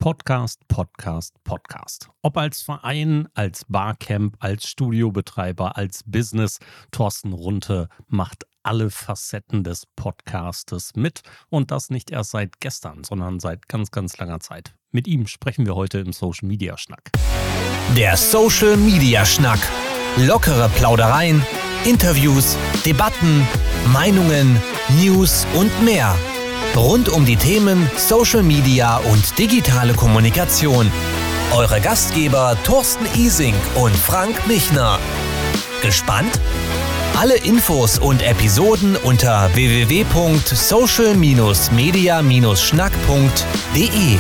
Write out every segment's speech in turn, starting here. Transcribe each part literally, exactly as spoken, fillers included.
Podcast, Podcast, Podcast. Ob als Verein, als Barcamp, als Studiobetreiber, als Business, Thorsten Runte macht alle Facetten des Podcastes mit und das nicht erst seit gestern, sondern seit ganz, ganz langer Zeit. Mit ihm sprechen wir heute im Social Media Schnack. Der Social Media Schnack. Lockere Plaudereien, Interviews, Debatten, Meinungen, News und mehr. Rund um die Themen Social Media und digitale Kommunikation. Eure Gastgeber Thorsten Ising und Frank Michner. Gespannt? Alle Infos und Episoden unter w w w punkt social media schnack punkt d e.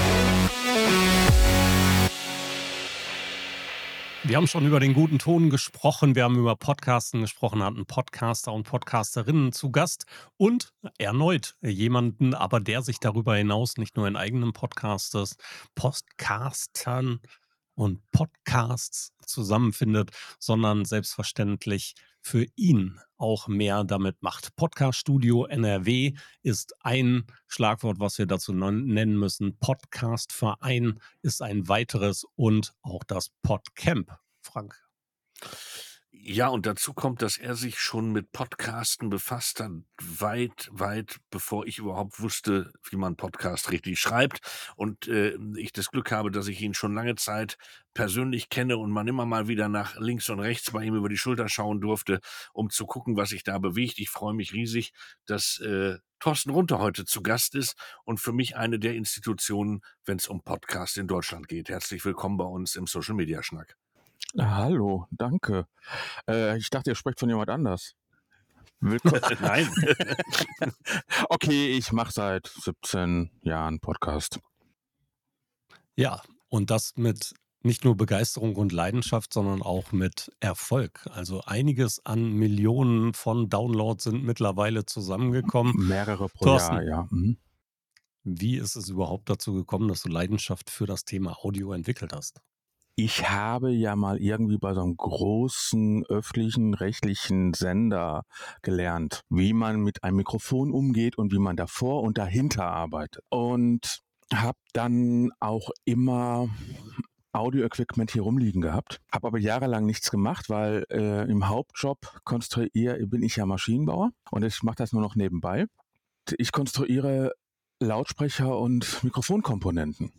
Wir haben schon über den guten Ton gesprochen, wir haben über Podcasten gesprochen, hatten Podcaster und Podcasterinnen zu Gast und erneut jemanden, aber der sich darüber hinaus nicht nur in eigenen Podcasters, Podcastern und Podcasts zusammenfindet, sondern selbstverständlich für ihn auch mehr damit macht. Podcast Studio N R W ist ein Schlagwort, was wir dazu nennen müssen. Podcast Verein ist ein weiteres und auch das Podcamp. Frank. Ja, und dazu kommt, dass er sich schon mit Podcasten befasst hat, weit, weit bevor ich überhaupt wusste, wie man Podcast richtig schreibt. Und äh, ich das Glück habe, dass ich ihn schon lange Zeit persönlich kenne und man immer mal wieder nach links und rechts bei ihm über die Schulter schauen durfte, um zu gucken, was sich da bewegt. Ich freue mich riesig, dass äh, Thorsten Runte heute zu Gast ist und für mich eine der Institutionen, wenn es um Podcast in Deutschland geht. Herzlich willkommen bei uns im Social Media Schnack. Hallo, danke. Äh, ich dachte, ihr sprecht von jemand anders. Willkommen. Nein. Okay, ich mache seit siebzehn Jahren Podcast. Ja, und das mit nicht nur Begeisterung und Leidenschaft, sondern auch mit Erfolg. Also einiges an Millionen von Downloads sind mittlerweile zusammengekommen. Mehrere pro Thorsten, Jahr, ja. Mhm. Wie ist es überhaupt dazu gekommen, dass du Leidenschaft für das Thema Audio entwickelt hast? Ich habe ja mal irgendwie bei so einem großen öffentlichen rechtlichen Sender gelernt, wie man mit einem Mikrofon umgeht und wie man davor und dahinter arbeitet. Und habe dann auch immer Audio-Equipment hier rumliegen gehabt, habe aber jahrelang nichts gemacht, weil äh, im Hauptjob konstruiere, bin ich ja Maschinenbauer und ich mache das nur noch nebenbei. Ich konstruiere Lautsprecher und Mikrofonkomponenten.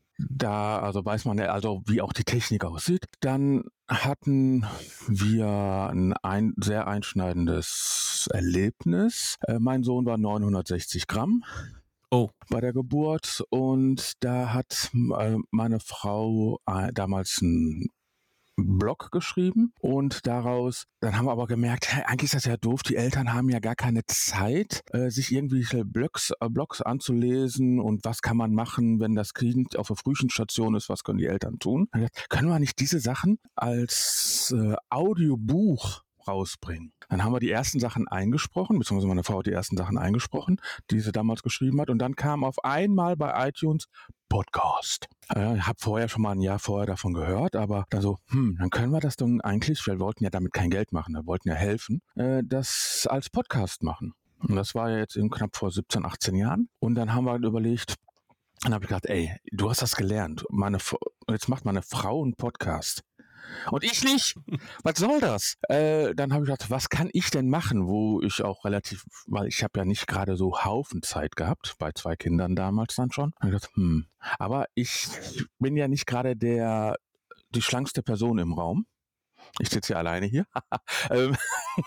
Da also weiß man ja also, wie auch die Technik aussieht. Dann hatten wir ein, ein sehr einschneidendes Erlebnis. Äh, mein Sohn war neunhundertsechzig Gramm Oh. bei der Geburt und da hat äh, meine Frau äh, damals ein Blog geschrieben und daraus, dann haben wir aber gemerkt, hey, eigentlich ist das ja doof, die Eltern haben ja gar keine Zeit, äh, sich irgendwelche Blogs, äh, Blogs anzulesen und was kann man machen, wenn das Kind auf der Frühchenstation ist, was können die Eltern tun? Dann gesagt, können wir nicht diese Sachen als äh, Audiobuch rausbringen? Dann haben wir die ersten Sachen eingesprochen, beziehungsweise meine Frau hat die ersten Sachen eingesprochen, die sie damals geschrieben hat und dann kam auf einmal bei iTunes Podcast. Ich äh, habe vorher schon mal ein Jahr vorher davon gehört, aber dann so, hm, dann können wir das dann eigentlich, wir wollten ja damit kein Geld machen, wir wollten ja helfen, äh, das als Podcast machen. Und das war ja jetzt in knapp vor siebzehn, achtzehn Jahren. Und dann haben wir überlegt, dann habe ich gedacht, ey, du hast das gelernt. Meine, jetzt macht meine Frau einen Podcast. Und ich nicht. Was soll das? Äh, dann habe ich gedacht, was kann ich denn machen, wo ich auch relativ, weil ich habe ja nicht gerade so Haufen Zeit gehabt, bei zwei Kindern damals dann schon. Und ich dachte, hm, aber ich bin ja nicht gerade der, die schlankste Person im Raum. Ich sitze ja alleine hier. ähm,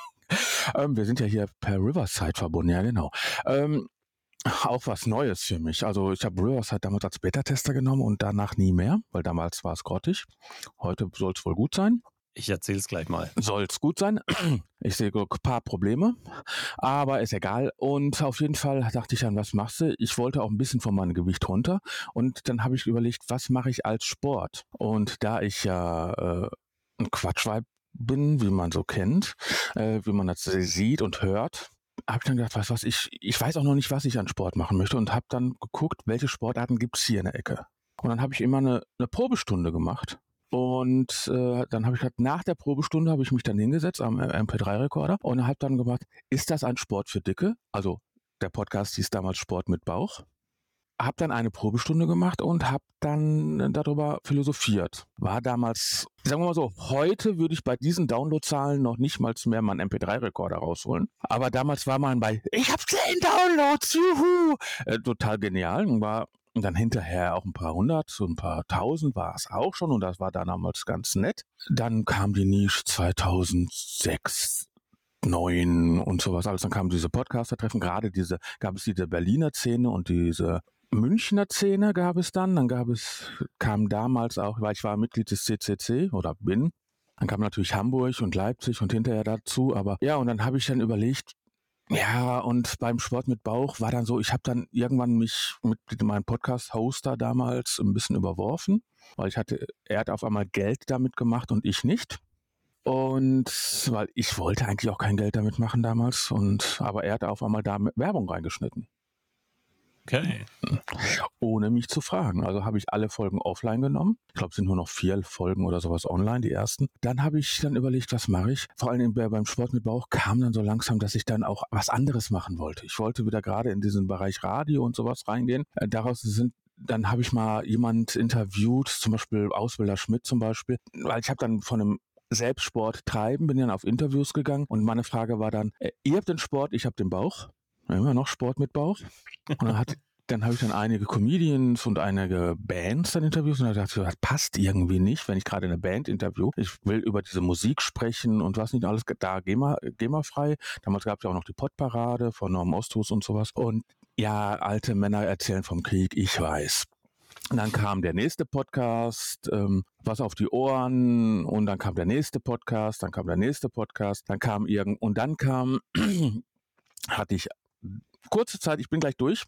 ähm, wir sind ja hier per Riverside verbunden, ja genau. Ähm, Auch was Neues für mich. Also ich habe Riverside damals als Beta-Tester genommen und danach nie mehr, weil damals war es grottig. Heute soll es wohl gut sein. Ich erzähle es gleich mal. Soll es gut sein. Ich sehe ein paar Probleme, aber ist egal. Und auf jeden Fall dachte ich an, was machst du? Ich wollte auch ein bisschen von meinem Gewicht runter und dann habe ich überlegt, was mache ich als Sport? Und da ich ja äh, ein Quatschweib bin, wie man so kennt, äh, wie man das sieht und hört, habe ich dann gedacht, was, was ich, ich weiß auch noch nicht, was ich an Sport machen möchte und habe dann geguckt, welche Sportarten gibt es hier in der Ecke. Und dann habe ich immer eine, eine Probestunde gemacht und äh, dann habe ich gesagt, nach der Probestunde habe ich mich dann hingesetzt am M P drei Rekorder und habe dann gemacht, ist das ein Sport für Dicke? Also der Podcast hieß damals Sport mit Bauch. habe dann eine Probestunde gemacht und habe dann darüber philosophiert. War damals, sagen wir mal so, heute würde ich bei diesen Downloadzahlen noch nicht mal mehr meinen M P drei Rekorder rausholen. Aber damals war man bei, ich habe zehn Downloads, juhu! Äh, total genial und war und dann hinterher auch ein paar hundert, so ein paar tausend war es auch schon und das war dann damals ganz nett. Dann kam die Nische zweitausendsechs, neun und sowas alles. Dann kamen diese Podcaster-Treffen, gerade diese, gab es diese Berliner Szene und diese Münchner Szene gab es dann. Dann gab es, kam damals auch, weil ich war Mitglied des C C C oder bin, dann kam natürlich Hamburg und Leipzig und hinterher dazu. Aber ja, und dann habe ich dann überlegt, ja, und beim Sport mit Bauch war dann so, ich habe dann irgendwann mich mit meinem Podcast-Hoster damals ein bisschen überworfen, weil ich hatte, er hat auf einmal Geld damit gemacht und ich nicht. Und weil ich wollte eigentlich auch kein Geld damit machen damals, und aber er hat auf einmal da Werbung reingeschnitten. Okay. Ohne mich zu fragen. Also habe ich alle Folgen offline genommen. Ich glaube, es sind nur noch vier Folgen oder sowas online, die ersten. Dann habe ich dann überlegt, was mache ich? Vor allem beim Sport mit Bauch kam dann so langsam, dass ich dann auch was anderes machen wollte. Ich wollte wieder gerade in diesen Bereich Radio und sowas reingehen. Äh, daraus sind Dann habe ich mal jemand interviewt, zum Beispiel Ausbilder Schmidt zum Beispiel, weil ich habe dann von einem Selbstsport treiben, bin dann auf Interviews gegangen und meine Frage war dann, äh, ihr habt den Sport, ich habe den Bauch. Immer noch Sport mit Bauch. Und dann, hat, dann habe ich dann einige Comedians und einige Bands dann interviewt und dann dachte ich, das passt irgendwie nicht, wenn ich gerade eine Band interview. Ich will über diese Musik sprechen und was nicht alles, da GEMA, GEMA frei. Damals gab es ja auch noch die Pottparade von Norm Osthus und sowas. Und ja, alte Männer erzählen vom Krieg, ich weiß. Und dann kam der nächste Podcast, ähm, was auf die Ohren, und dann kam der nächste Podcast, dann kam der nächste Podcast, dann kam irgend, und dann kam, hatte ich kurze Zeit, ich bin gleich durch,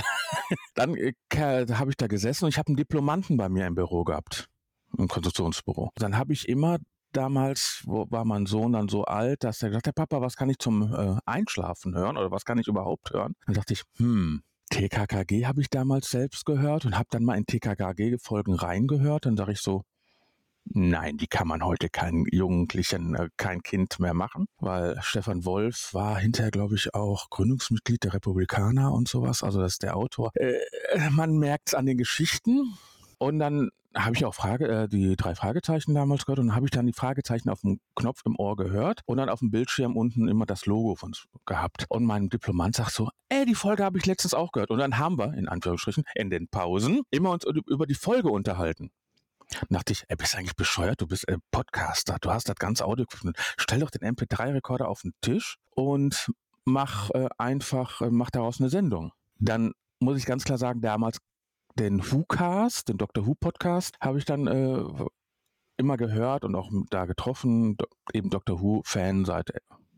dann äh, habe ich da gesessen und ich habe einen Diplomanten bei mir im Büro gehabt, im Konstruktionsbüro. Dann habe ich immer damals, wo war mein Sohn dann so alt, dass er gesagt hat, Papa, was kann ich zum äh, Einschlafen hören oder was kann ich überhaupt hören? Dann dachte ich, hm, T K K G habe ich damals selbst gehört und habe dann mal in T K K G-Folgen reingehört. Dann sage ich so, nein, die kann man heute keinen Jugendlichen, äh, kein Kind mehr machen, weil Stefan Wolf war hinterher, glaube ich, auch Gründungsmitglied der Republikaner und sowas, also das ist der Autor. Äh, man merkt es an den Geschichten. Und dann habe ich auch Frage, äh, die drei Fragezeichen damals gehört und dann habe ich dann die Fragezeichen auf dem Knopf im Ohr gehört und dann auf dem Bildschirm unten immer das Logo von gehabt. Und mein Diplomant sagt so, ey, die Folge habe ich letztens auch gehört. Und dann haben wir, in Anführungsstrichen, in den Pausen immer uns über die Folge unterhalten. Dann dachte ich, ey, bist du eigentlich bescheuert? Du bist äh, Podcaster, du hast das ganze Audio. Stell doch den M P drei Rekorder auf den Tisch und mach äh, einfach, äh, mach daraus eine Sendung. Dann muss ich ganz klar sagen, damals den WhoCast, den Doctor Who Podcast, habe ich dann äh, immer gehört und auch da getroffen. Do- eben Doctor Who Fan seit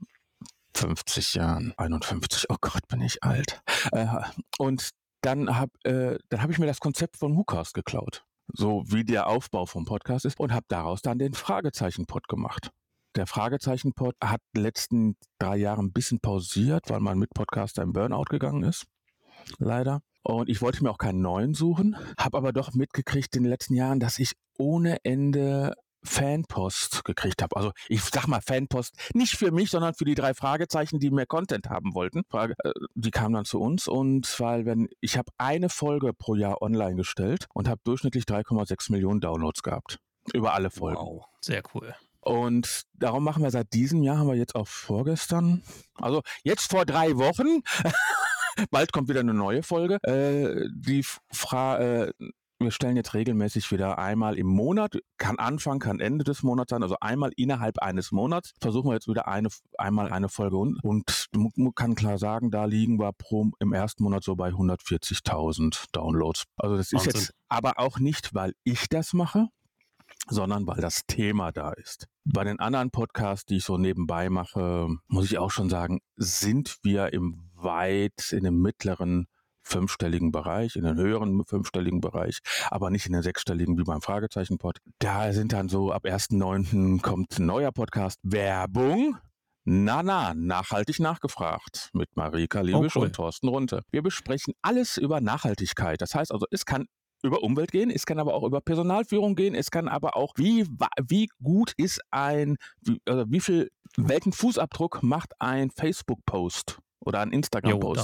fünfzig Jahren, einundfünfzig. Oh Gott, bin ich alt. Äh, und dann habe äh, dann hab ich mir das Konzept von WhoCast geklaut, so wie der Aufbau vom Podcast ist, und habe daraus dann den Fragezeichen-Pod gemacht. Der Fragezeichen-Pod hat die letzten drei Jahre ein bisschen pausiert, weil mein Mitpodcaster im Burnout gegangen ist, leider. Und ich wollte mir auch keinen neuen suchen, habe aber doch mitgekriegt in den letzten Jahren, dass ich ohne Ende Fanpost gekriegt habe. Also ich sag mal Fanpost, nicht für mich, sondern für die drei Fragezeichen, die mehr Content haben wollten. Frage, äh, die kamen dann zu uns, und weil wenn ich habe eine Folge pro Jahr online gestellt und habe durchschnittlich drei Komma sechs Millionen Downloads gehabt. Über alle Folgen. Wow, sehr cool. Und darum machen wir seit diesem Jahr, haben wir jetzt auch vorgestern, also jetzt vor drei Wochen, bald kommt wieder eine neue Folge, äh, die Fra äh, wir stellen jetzt regelmäßig wieder einmal im Monat, kann Anfang, kann Ende des Monats sein, also einmal innerhalb eines Monats, versuchen wir jetzt wieder eine, einmal eine Folge, und, und man kann klar sagen, da liegen wir pro, im ersten Monat so bei hundertvierzigtausend Downloads. Also das ist Wahnsinn. jetzt aber auch nicht, weil ich das mache, sondern weil das Thema da ist. Bei den anderen Podcasts, die ich so nebenbei mache, muss ich auch schon sagen, sind wir im weit in dem mittleren fünfstelligen Bereich, in den höheren fünfstelligen Bereich, aber nicht in den sechsstelligen wie beim Fragezeichen-Pod. Da sind dann so, ab ersten neunten kommt ein neuer Podcast. Werbung? Na, na, nachhaltig nachgefragt mit Marika Liebisch Oh, cool. und Thorsten Runte. Wir besprechen alles über Nachhaltigkeit. Das heißt also, es kann über Umwelt gehen, es kann aber auch über Personalführung gehen, es kann aber auch, wie, wie gut ist ein, wie, also wie viel, welchen Fußabdruck macht ein Facebook-Post oder ein Jo, Instagram-Post? da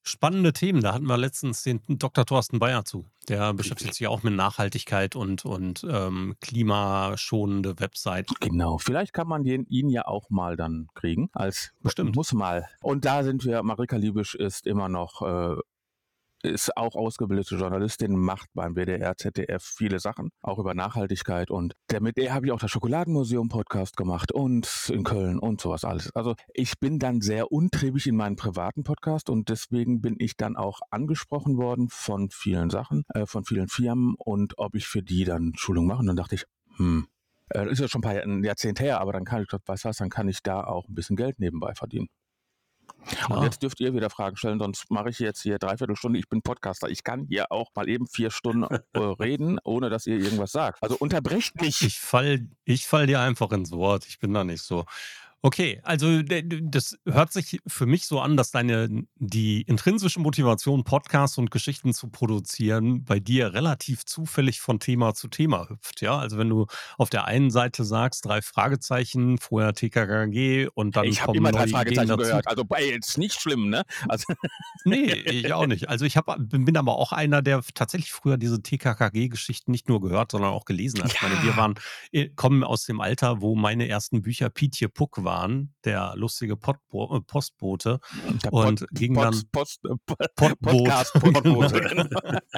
Spannende Themen. Da hatten wir letztens den Doktor Thorsten Bayer zu. Der beschäftigt sich auch mit Nachhaltigkeit und, und ähm, klimaschonende Website. Genau, vielleicht kann man den, ihn ja auch mal dann kriegen, als Bestimmt. muss mal. Und da sind wir, Marika Liebisch ist immer noch, äh, ist auch ausgebildete Journalistin, macht beim W D R, Z D F viele Sachen, auch über Nachhaltigkeit. Und der, mit der habe ich auch das Schokoladenmuseum-Podcast gemacht und in Köln und sowas alles. Also ich bin dann sehr untriebig in meinem privaten Podcast und deswegen bin ich dann auch angesprochen worden von vielen Sachen, äh, von vielen Firmen und ob ich für die dann Schulung mache. Und dann dachte ich, hm, äh, das ist ja schon ein paar ein Jahrzehnt her, aber dann kann ich, weißt du was, dann kann ich da auch ein bisschen Geld nebenbei verdienen. Und Ah. jetzt dürft ihr wieder Fragen stellen, sonst mache ich jetzt hier dreiviertel Stunde. Ich bin Podcaster. Ich kann hier auch mal eben vier Stunden äh, reden, ohne dass ihr irgendwas sagt. Also unterbrecht mich. Ich fall, ich fall dir einfach ins Wort. Ich bin da nicht so. Okay, also d- d- das hört sich für mich so an, dass deine die intrinsische Motivation, Podcasts und Geschichten zu produzieren, bei dir relativ zufällig von Thema zu Thema hüpft. Ja, also wenn du auf der einen Seite sagst, drei Fragezeichen, vorher T K K G und dann Ich habe kommen immer drei neue Ideen Fragezeichen dazu. gehört. Also bei jetzt nicht schlimm, ne? Also Nee, ich auch nicht. Also ich hab, bin aber auch einer, der tatsächlich früher diese T K K G-Geschichten nicht nur gehört, sondern auch gelesen hat. Ich meine, wir Ja. waren, äh, kommen aus dem Alter, wo meine ersten Bücher Pietje Puck waren, der lustige Podbo äh, Postbote. der Und Pod, ging Pod, dann Post, äh, Podboot. Podcast, Podbote, genau.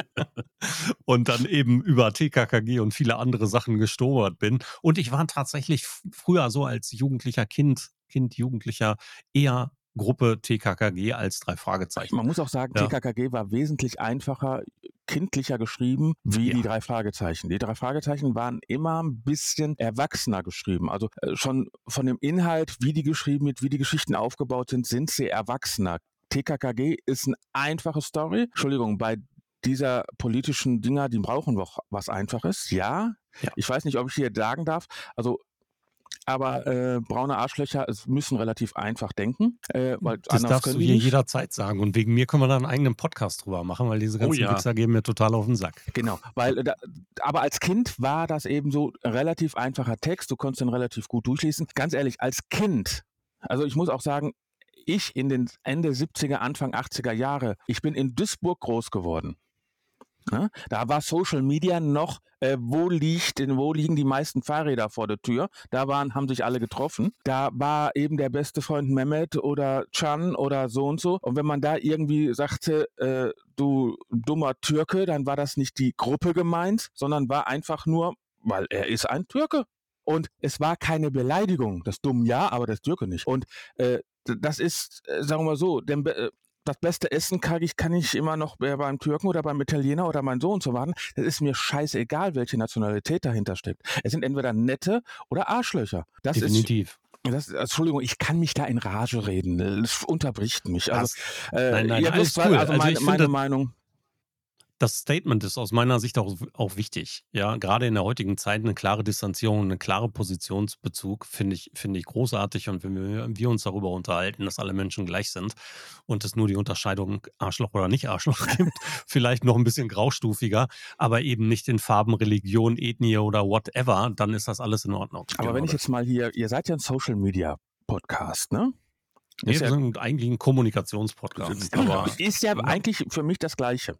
Und dann eben über T K K G und viele andere Sachen gestolpert bin. Und ich war tatsächlich f- früher so als jugendlicher Kind, Kind, Jugendlicher eher Gruppe T K K G als drei Fragezeichen. Man muss auch sagen, Ja. T K K G war wesentlich einfacher, kindlicher geschrieben wie Ja. die drei Fragezeichen. Die drei Fragezeichen waren immer ein bisschen erwachsener geschrieben. Also äh, schon von dem Inhalt, wie die geschrieben wird, wie die Geschichten aufgebaut sind, sind sie erwachsener. T K K G ist eine einfache Story. Entschuldigung, bei dieser politischen Dinger, die brauchen doch was Einfaches. Ja, Ja. ich weiß nicht, ob ich hier sagen darf. Also aber äh, braune Arschlöcher es müssen relativ einfach denken, äh, weil Das anders darfst können du die hier nicht. jederzeit sagen. Und wegen mir können wir da einen eigenen Podcast drüber machen, weil diese Oh ganzen ja. Wichser gehen mir total auf den Sack. Genau, weil äh, da, aber als Kind war das eben so ein relativ einfacher Text, du konntest den relativ gut durchlesen. Ganz ehrlich, als Kind, also ich muss auch sagen, ich in den Ende siebziger, Anfang achtziger Jahre, ich bin in Duisburg groß geworden. Ne? Da war Social Media noch, äh, wo, liegt, wo liegen die meisten Fahrräder vor der Tür? Da waren, haben sich alle getroffen. Da war eben der beste Freund Mehmet oder Can oder so und so. Und wenn man da irgendwie sagte, äh, du dummer Türke, dann war das nicht die Gruppe gemeint, sondern war einfach nur, weil er ist ein Türke. Und es war keine Beleidigung. Das dumm ja, aber das Türke nicht. Und äh, das ist, äh, sagen wir mal so, denn, äh, das beste Essen kann ich, kann ich immer noch beim Türken oder beim Italiener oder meinen Sohn zu warten. Das ist mir scheißegal, welche Nationalität dahinter steckt. Es sind entweder nette oder Arschlöcher. Das Definitiv. ist, das, Entschuldigung, ich kann mich da in Rage reden. Das unterbricht mich. Also, äh, Nein, nein, ihr alles wisst, cool. also Also meine, ich meine finde, Meinung. das Statement ist aus meiner Sicht auch, auch wichtig. Ja, gerade in der heutigen Zeit eine klare Distanzierung, eine klare Positionsbezug finde ich, finde ich großartig. Und wenn wir, wir uns darüber unterhalten, dass alle Menschen gleich sind und es nur die Unterscheidung Arschloch oder nicht Arschloch gibt, vielleicht noch ein bisschen graustufiger, aber eben nicht in Farben, Religion, Ethnie oder whatever, dann ist das alles in Ordnung. Aber Genau wenn ich das. jetzt mal hier, ihr seid ja ein Social Media Podcast, ne? Nee, Ist wir ja, sind eigentlich ein Kommunikationspodcast, aber ist ja ja, eigentlich für mich das Gleiche.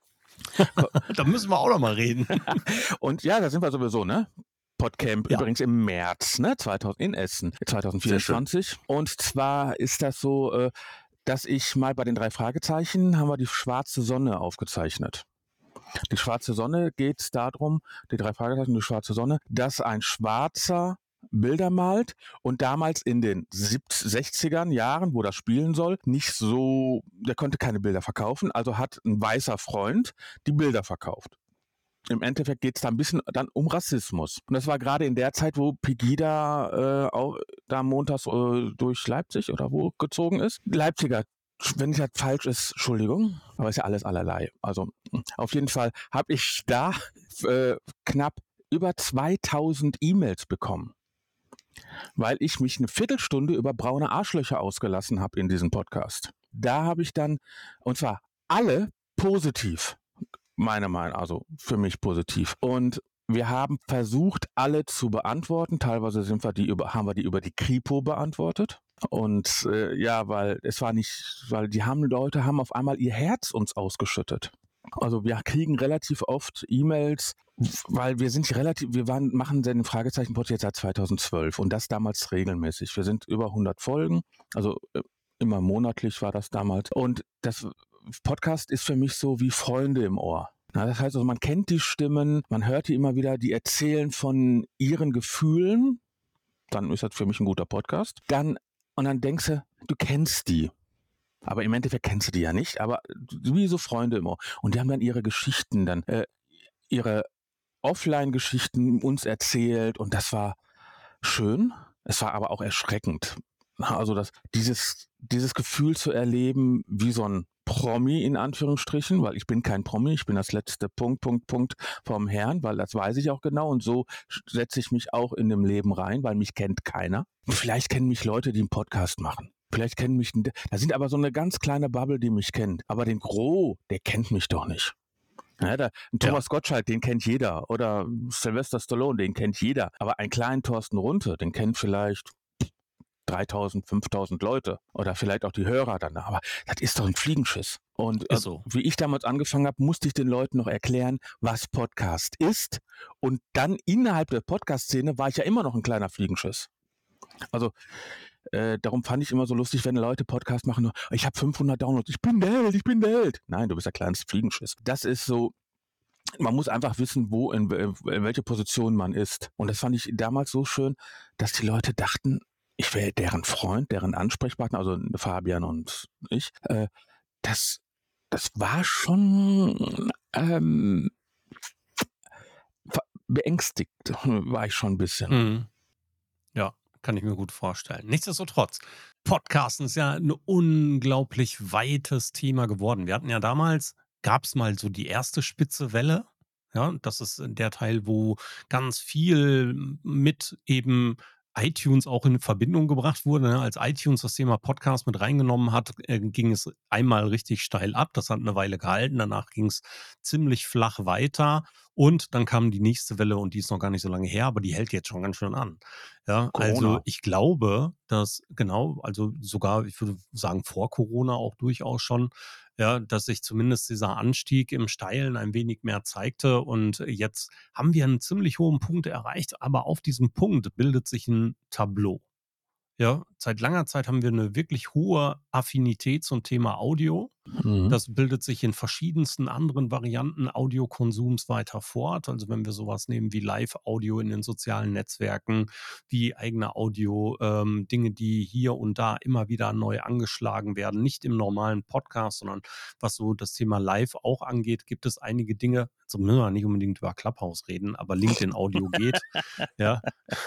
da müssen wir auch noch mal reden. Und ja, da sind wir sowieso, ne? Podcamp Ja. übrigens im März, ne? zweitausend in Essen, zwanzig vierundzwanzig. Und zwar ist das so, äh, dass ich mal bei den drei Fragezeichen haben wir die schwarze Sonne aufgezeichnet. Die schwarze Sonne geht es darum, die drei Fragezeichen, die schwarze Sonne, dass ein Schwarzer Bilder malt und damals in den sechzigern Jahren, wo das spielen soll, nicht so, der konnte keine Bilder verkaufen, also hat ein weißer Freund die Bilder verkauft. Im Endeffekt geht es da ein bisschen dann um Rassismus. Und das war gerade in der Zeit, wo Pegida äh, auch, da montags äh, durch Leipzig oder wo gezogen ist. Leipziger, wenn das falsch ist, Entschuldigung, aber ist ja alles allerlei. Also auf jeden Fall habe ich da äh, knapp über zweitausend E-Mails bekommen, weil ich mich eine Viertelstunde über braune Arschlöcher ausgelassen habe in diesem Podcast. Da habe ich dann, und zwar alle positiv, meine Meinung, also für mich positiv. Und wir haben versucht, alle zu beantworten. Teilweise sind wir die über, haben wir die über die Kripo beantwortet. Und äh, ja, weil es war nicht, weil die haben Leute haben auf einmal ihr Herz uns ausgeschüttet. Also wir kriegen relativ oft E-Mails, weil wir sind relativ, wir waren, machen den Fragezeichen-Pod jetzt seit zweitausendzwölf und das damals regelmäßig. Wir sind über hundert Folgen, also äh, immer monatlich war das damals. Und das Podcast ist für mich so wie Freunde im Ohr. Na, das heißt also, man kennt die Stimmen, man hört die immer wieder, die erzählen von ihren Gefühlen. Dann ist das für mich ein guter Podcast. Dann, und dann denkst du, du kennst die. Aber im Endeffekt kennst du die ja nicht, aber wie so Freunde immer. Und die haben dann ihre Geschichten, dann äh, ihre Offline-Geschichten uns erzählt und das war schön. Es war aber auch erschreckend. Also das, dieses, dieses Gefühl zu erleben, wie so ein Promi in Anführungsstrichen, weil ich bin kein Promi, ich bin das letzte Punkt, Punkt, Punkt vom Herrn, weil das weiß ich auch genau und so setze ich mich auch in dem Leben rein, weil mich kennt keiner. Vielleicht kennen mich Leute, die einen Podcast machen. Vielleicht kennen mich, da sind aber so eine ganz kleine Bubble, die mich kennt. Aber den Gros, der kennt mich doch nicht. Ja, da, Thomas ja. Gottschalk, den kennt jeder. Oder Sylvester Stallone, den kennt jeder. Aber einen kleinen Thorsten Runte, den kennt vielleicht dreitausend, fünftausend Leute. Oder vielleicht auch die Hörer dann. Aber das ist doch ein Fliegenschiss. Und äh, so. Wie ich damals angefangen habe, musste ich den Leuten noch erklären, was Podcast ist. Und dann innerhalb der Podcast-Szene war ich ja immer noch ein kleiner Fliegenschiss. Also Äh, darum fand ich immer so lustig, wenn Leute Podcast machen, nur, ich habe fünfhundert Downloads, ich bin der Held, ich bin der Held. Nein, du bist der kleinste Fliegenschiss. Das ist so, man muss einfach wissen, wo, in, in welche Position man ist. Und das fand ich damals so schön, dass die Leute dachten, ich wäre deren Freund, deren Ansprechpartner, also Fabian und ich. Äh, das, das war schon ähm, beängstigt, war ich schon ein bisschen. Mhm. Ja. Kann ich mir gut vorstellen. Nichtsdestotrotz, Podcasten ist ja ein unglaublich weites Thema geworden. Wir hatten ja damals, gab es mal so die erste spitze Welle. Ja, das ist der Teil, wo ganz viel mit eben iTunes auch in Verbindung gebracht wurde. Ne? Als iTunes das Thema Podcast mit reingenommen hat, äh, ging es einmal richtig steil ab. Das hat eine Weile gehalten. Danach ging es ziemlich flach weiter. Und dann kam die nächste Welle und die ist noch gar nicht so lange her, aber die hält jetzt schon ganz schön an. Ja, Corona. Also ich glaube, dass genau, also sogar, ich würde sagen, vor Corona auch durchaus schon, ja, dass sich zumindest dieser Anstieg im Steilen ein wenig mehr zeigte. Und jetzt haben wir einen ziemlich hohen Punkt erreicht, aber auf diesem Punkt bildet sich ein Tableau. Ja, seit langer Zeit haben wir eine wirklich hohe Affinität zum Thema Audio. Mhm. Das bildet sich in verschiedensten anderen Varianten Audiokonsums weiter fort. Also wenn wir sowas nehmen wie Live-Audio in den sozialen Netzwerken, wie eigene Audio, ähm, Dinge, die hier und da immer wieder neu angeschlagen werden, nicht im normalen Podcast, sondern was so das Thema Live auch angeht, gibt es einige Dinge, so müssen wir nicht unbedingt über Clubhouse reden, aber LinkedIn-Audio geht. Ja.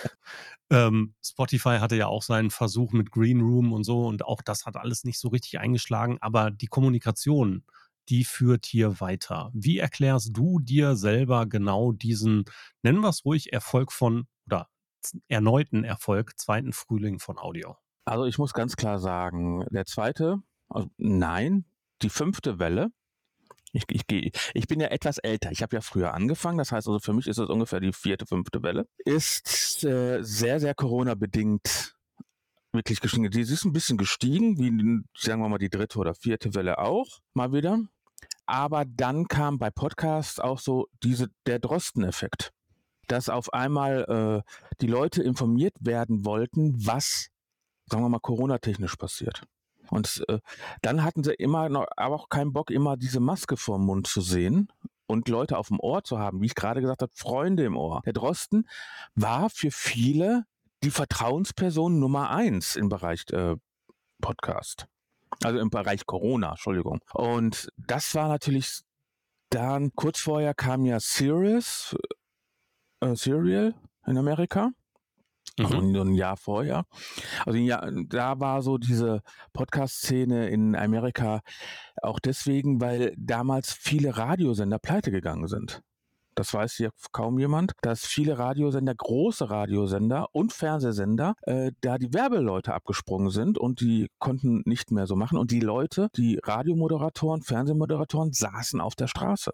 Ähm, Spotify hatte ja auch seinen Versuch mit Green Room und so und auch das hat alles nicht so richtig eingeschlagen, aber die Kommunikation, die führt hier weiter. Wie erklärst du dir selber genau diesen, nennen wir es ruhig, Erfolg von, oder erneuten Erfolg, zweiten Frühling von Audio? Also ich muss ganz klar sagen, der zweite, also nein, die fünfte Welle, Ich, ich, ich bin ja etwas älter. Ich habe ja früher angefangen. Das heißt also, für mich ist es ungefähr die vierte, fünfte Welle. Ist äh, sehr, sehr Corona-bedingt wirklich gestiegen. Die ist ein bisschen gestiegen, wie sagen wir mal die dritte oder vierte Welle auch mal wieder. Aber dann kam bei Podcasts auch so diese, der Drosten-Effekt. Dass auf einmal äh, die Leute informiert werden wollten, was, sagen wir mal, Corona-technisch passiert. Und äh, dann hatten sie immer noch, aber auch keinen Bock, immer diese Maske vorm Mund zu sehen und Leute auf dem Ohr zu haben, wie ich gerade gesagt habe, Freunde im Ohr. Der Drosten war für viele die Vertrauensperson Nummer eins im Bereich äh, Podcast. Also im Bereich Corona, Entschuldigung. Und das war natürlich dann, kurz vorher kam ja Sirius, äh, Serial in Amerika. Also Mhm. ein Jahr vorher. Also ja, da war so diese Podcast-Szene in Amerika auch deswegen, weil damals viele Radiosender pleite gegangen sind. Das weiß ja kaum jemand, dass viele Radiosender, große Radiosender und Fernsehsender, äh, da die Werbeleute abgesprungen sind und die konnten nicht mehr so machen. Und die Leute, die Radiomoderatoren, Fernsehmoderatoren, saßen auf der Straße.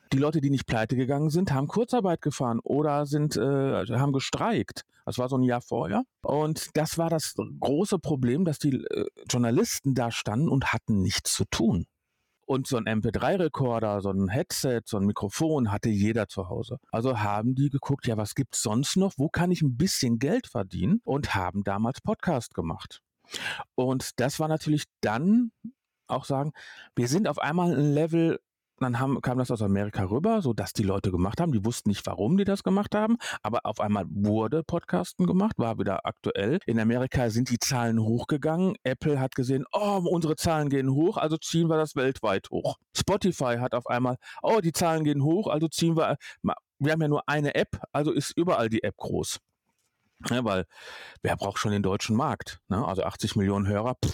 Die Leute, die nicht pleite gegangen sind, haben Kurzarbeit gefahren oder sind, äh, haben gestreikt. Das war so ein Jahr vorher. Und das war das große Problem, dass die äh, Journalisten da standen und hatten nichts zu tun. Und so ein M P drei Rekorder, so ein Headset, so ein Mikrofon hatte jeder zu Hause. Also haben die geguckt, ja, was gibt's sonst noch? Wo kann ich ein bisschen Geld verdienen? Und haben damals Podcast gemacht. Und das war natürlich dann auch sagen, wir sind auf einmal ein Level. Dann haben, kam das aus Amerika rüber, so dass die Leute gemacht haben. Die wussten nicht, warum die das gemacht haben, aber auf einmal wurde Podcasten gemacht, war wieder aktuell. In Amerika sind die Zahlen hochgegangen. Apple hat gesehen, oh, unsere Zahlen gehen hoch, also ziehen wir das weltweit hoch. Spotify hat auf einmal, oh, die Zahlen gehen hoch, also ziehen wir, wir haben ja nur eine App, also ist überall die App groß. Ja, weil wer braucht schon den deutschen Markt? Ne? Also achtzig Millionen Hörer, pff,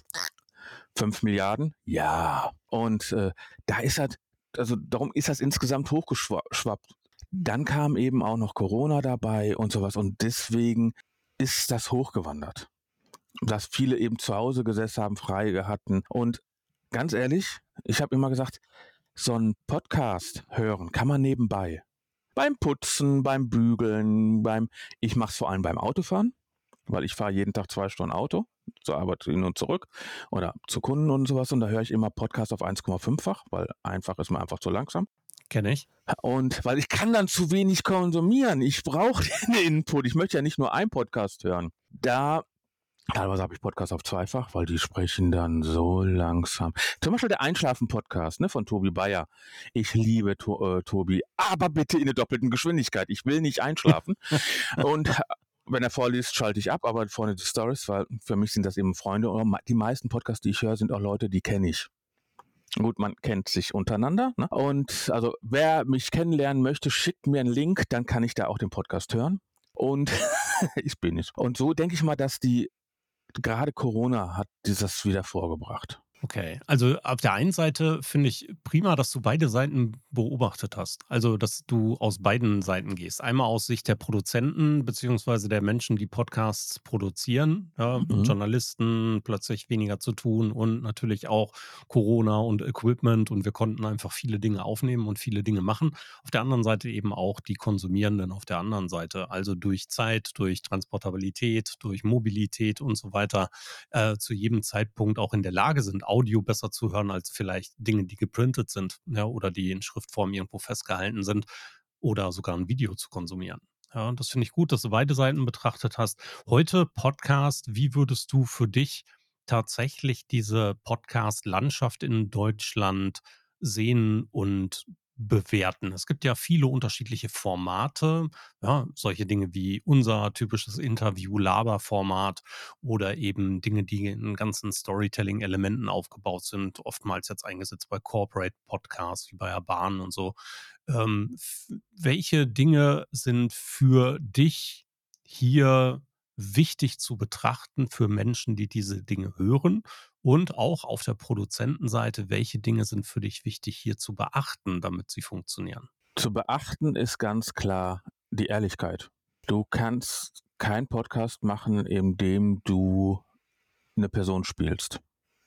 fünf Milliarden, ja. Und äh, da ist halt, also darum ist das insgesamt hochgeschwappt. Dann kam eben auch noch Corona dabei und sowas und deswegen ist das hochgewandert. Dass viele eben zu Hause gesessen haben, frei hatten. Und ganz ehrlich, ich habe immer gesagt, so ein Podcast hören kann man nebenbei. Beim Putzen, beim Bügeln, beim, ich mache es vor allem beim Autofahren, weil ich fahre jeden Tag zwei Stunden Auto, zur Arbeit hin und zurück oder zu Kunden und sowas und da höre ich immer Podcast auf eins Komma fünffach, weil einfach ist mir einfach zu langsam. Kenne ich. Und weil ich kann dann zu wenig konsumieren. Ich brauche den Input. Ich möchte ja nicht nur einen Podcast hören. Da, teilweise habe ich Podcasts auf zweifach, weil die sprechen dann so langsam. Zum Beispiel der Einschlafen-Podcast, ne, von Tobi Bayer. Ich liebe to- äh, Tobi, aber bitte in der doppelten Geschwindigkeit. Ich will nicht einschlafen. Und wenn er vorliest, schalte ich ab, aber vorne die Stories, weil für mich sind das eben Freunde. Und die meisten Podcasts, die ich höre, sind auch Leute, die kenne ich. Gut, man kennt sich untereinander. Ne? Und also wer mich kennenlernen möchte, schickt mir einen Link, dann kann ich da auch den Podcast hören. Und ich bin nicht. Und so denke ich mal, dass die, gerade Corona hat dieses wieder vorgebracht. Okay, also auf der einen Seite finde ich prima, dass du beide Seiten beobachtet hast. Also, dass du aus beiden Seiten gehst. Einmal aus Sicht der Produzenten beziehungsweise der Menschen, die Podcasts produzieren, ja, Mhm. Journalisten plötzlich weniger zu tun und natürlich auch Corona und Equipment und wir konnten einfach viele Dinge aufnehmen und viele Dinge machen. Auf der anderen Seite eben auch die Konsumierenden auf der anderen Seite. Also durch Zeit, durch Transportabilität, durch Mobilität und so weiter äh, zu jedem Zeitpunkt auch in der Lage sind, Audio besser zu hören als vielleicht Dinge, die geprintet sind, ja, oder die in Schriftform irgendwo festgehalten sind oder sogar ein Video zu konsumieren. Ja, und das finde ich gut, dass du beide Seiten betrachtet hast. Heute Podcast, wie würdest du für dich tatsächlich diese Podcast-Landschaft in Deutschland sehen und bewerten? Es gibt ja viele unterschiedliche Formate, ja, solche Dinge wie unser typisches Interview-Laber-Format oder eben Dinge, die in ganzen Storytelling-Elementen aufgebaut sind, oftmals jetzt eingesetzt bei Corporate-Podcasts wie bei der Bahn und so. Ähm, f- welche Dinge sind für dich hier wichtig zu betrachten für Menschen, die diese Dinge hören? Und auch auf der Produzentenseite, welche Dinge sind für dich wichtig hier zu beachten, damit sie funktionieren? Zu beachten ist ganz klar die Ehrlichkeit. Du kannst keinen Podcast machen, in dem du eine Person spielst.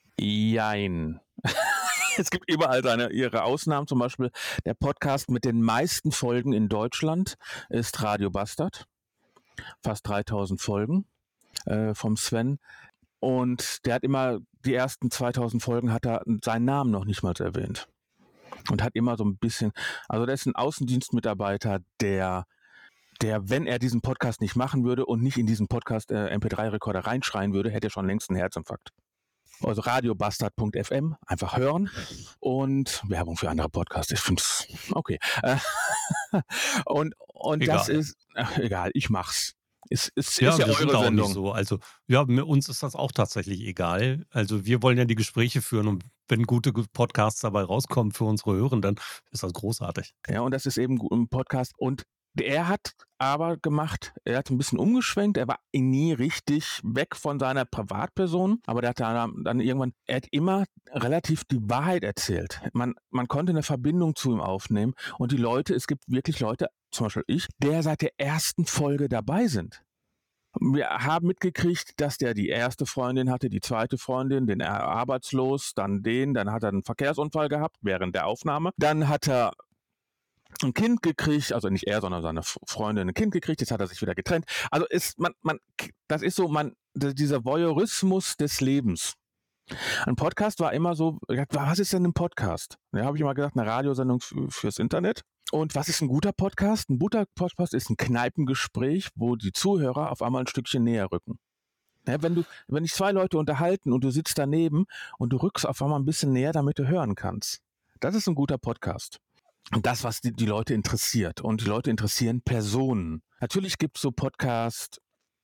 Jein. Es gibt überall seine, ihre Ausnahmen. Zum Beispiel der Podcast mit den meisten Folgen in Deutschland ist Radio Bastard. Fast dreitausend Folgen äh, vom Sven. Und der hat immer, die ersten zweitausend Folgen hat er seinen Namen noch nicht mal erwähnt. Und hat immer so ein bisschen, also der ist ein Außendienstmitarbeiter, der, der, wenn er diesen Podcast nicht machen würde und nicht in diesen Podcast äh, M P drei Rekorder reinschreien würde, hätte er schon längst einen Herzinfarkt. Also radiobastard punkt f m, einfach hören und Werbung für andere Podcasts. Ich finde es okay. Äh, und und das Egal. ist, ach, egal, ich mach's. Ist, ist, Ja, ist ja wir sind eure da auch nicht Sendung. so. Also, ja, mir, uns ist das auch tatsächlich egal. Also, wir wollen ja die Gespräche führen und wenn gute Ge- Podcasts dabei rauskommen für unsere Hörenden, ist das großartig. Ja, und das ist eben gu- ein Podcast. Und er hat aber gemacht, er hat ein bisschen umgeschwenkt, er war nie richtig weg von seiner Privatperson, aber der hat dann, dann irgendwann, er hat immer relativ die Wahrheit erzählt. Man, man konnte eine Verbindung zu ihm aufnehmen und die Leute, es gibt wirklich Leute, zum Beispiel ich, der seit der ersten Folge dabei sind. Wir haben mitgekriegt, dass der die erste Freundin hatte, die zweite Freundin, den er arbeitslos, dann den, dann hat er einen Verkehrsunfall gehabt während der Aufnahme, dann hat er ein Kind gekriegt, also nicht er, sondern seine Freundin ein Kind gekriegt, jetzt hat er sich wieder getrennt. Also ist man, man, das ist so, man, dieser Voyeurismus des Lebens. Ein Podcast war immer so, was ist denn ein Podcast? Da habe ich immer gedacht, eine Radiosendung für, fürs Internet. Und was ist ein guter Podcast? Ein guter Podcast ist ein Kneipengespräch, wo die Zuhörer auf einmal ein Stückchen näher rücken. Ja, wenn du, wenn dich zwei Leute unterhalten und du sitzt daneben und du rückst auf einmal ein bisschen näher, damit du hören kannst. Das ist ein guter Podcast. Und das, was die, die Leute interessiert. Und die Leute interessieren Personen. Natürlich gibt es so Podcasts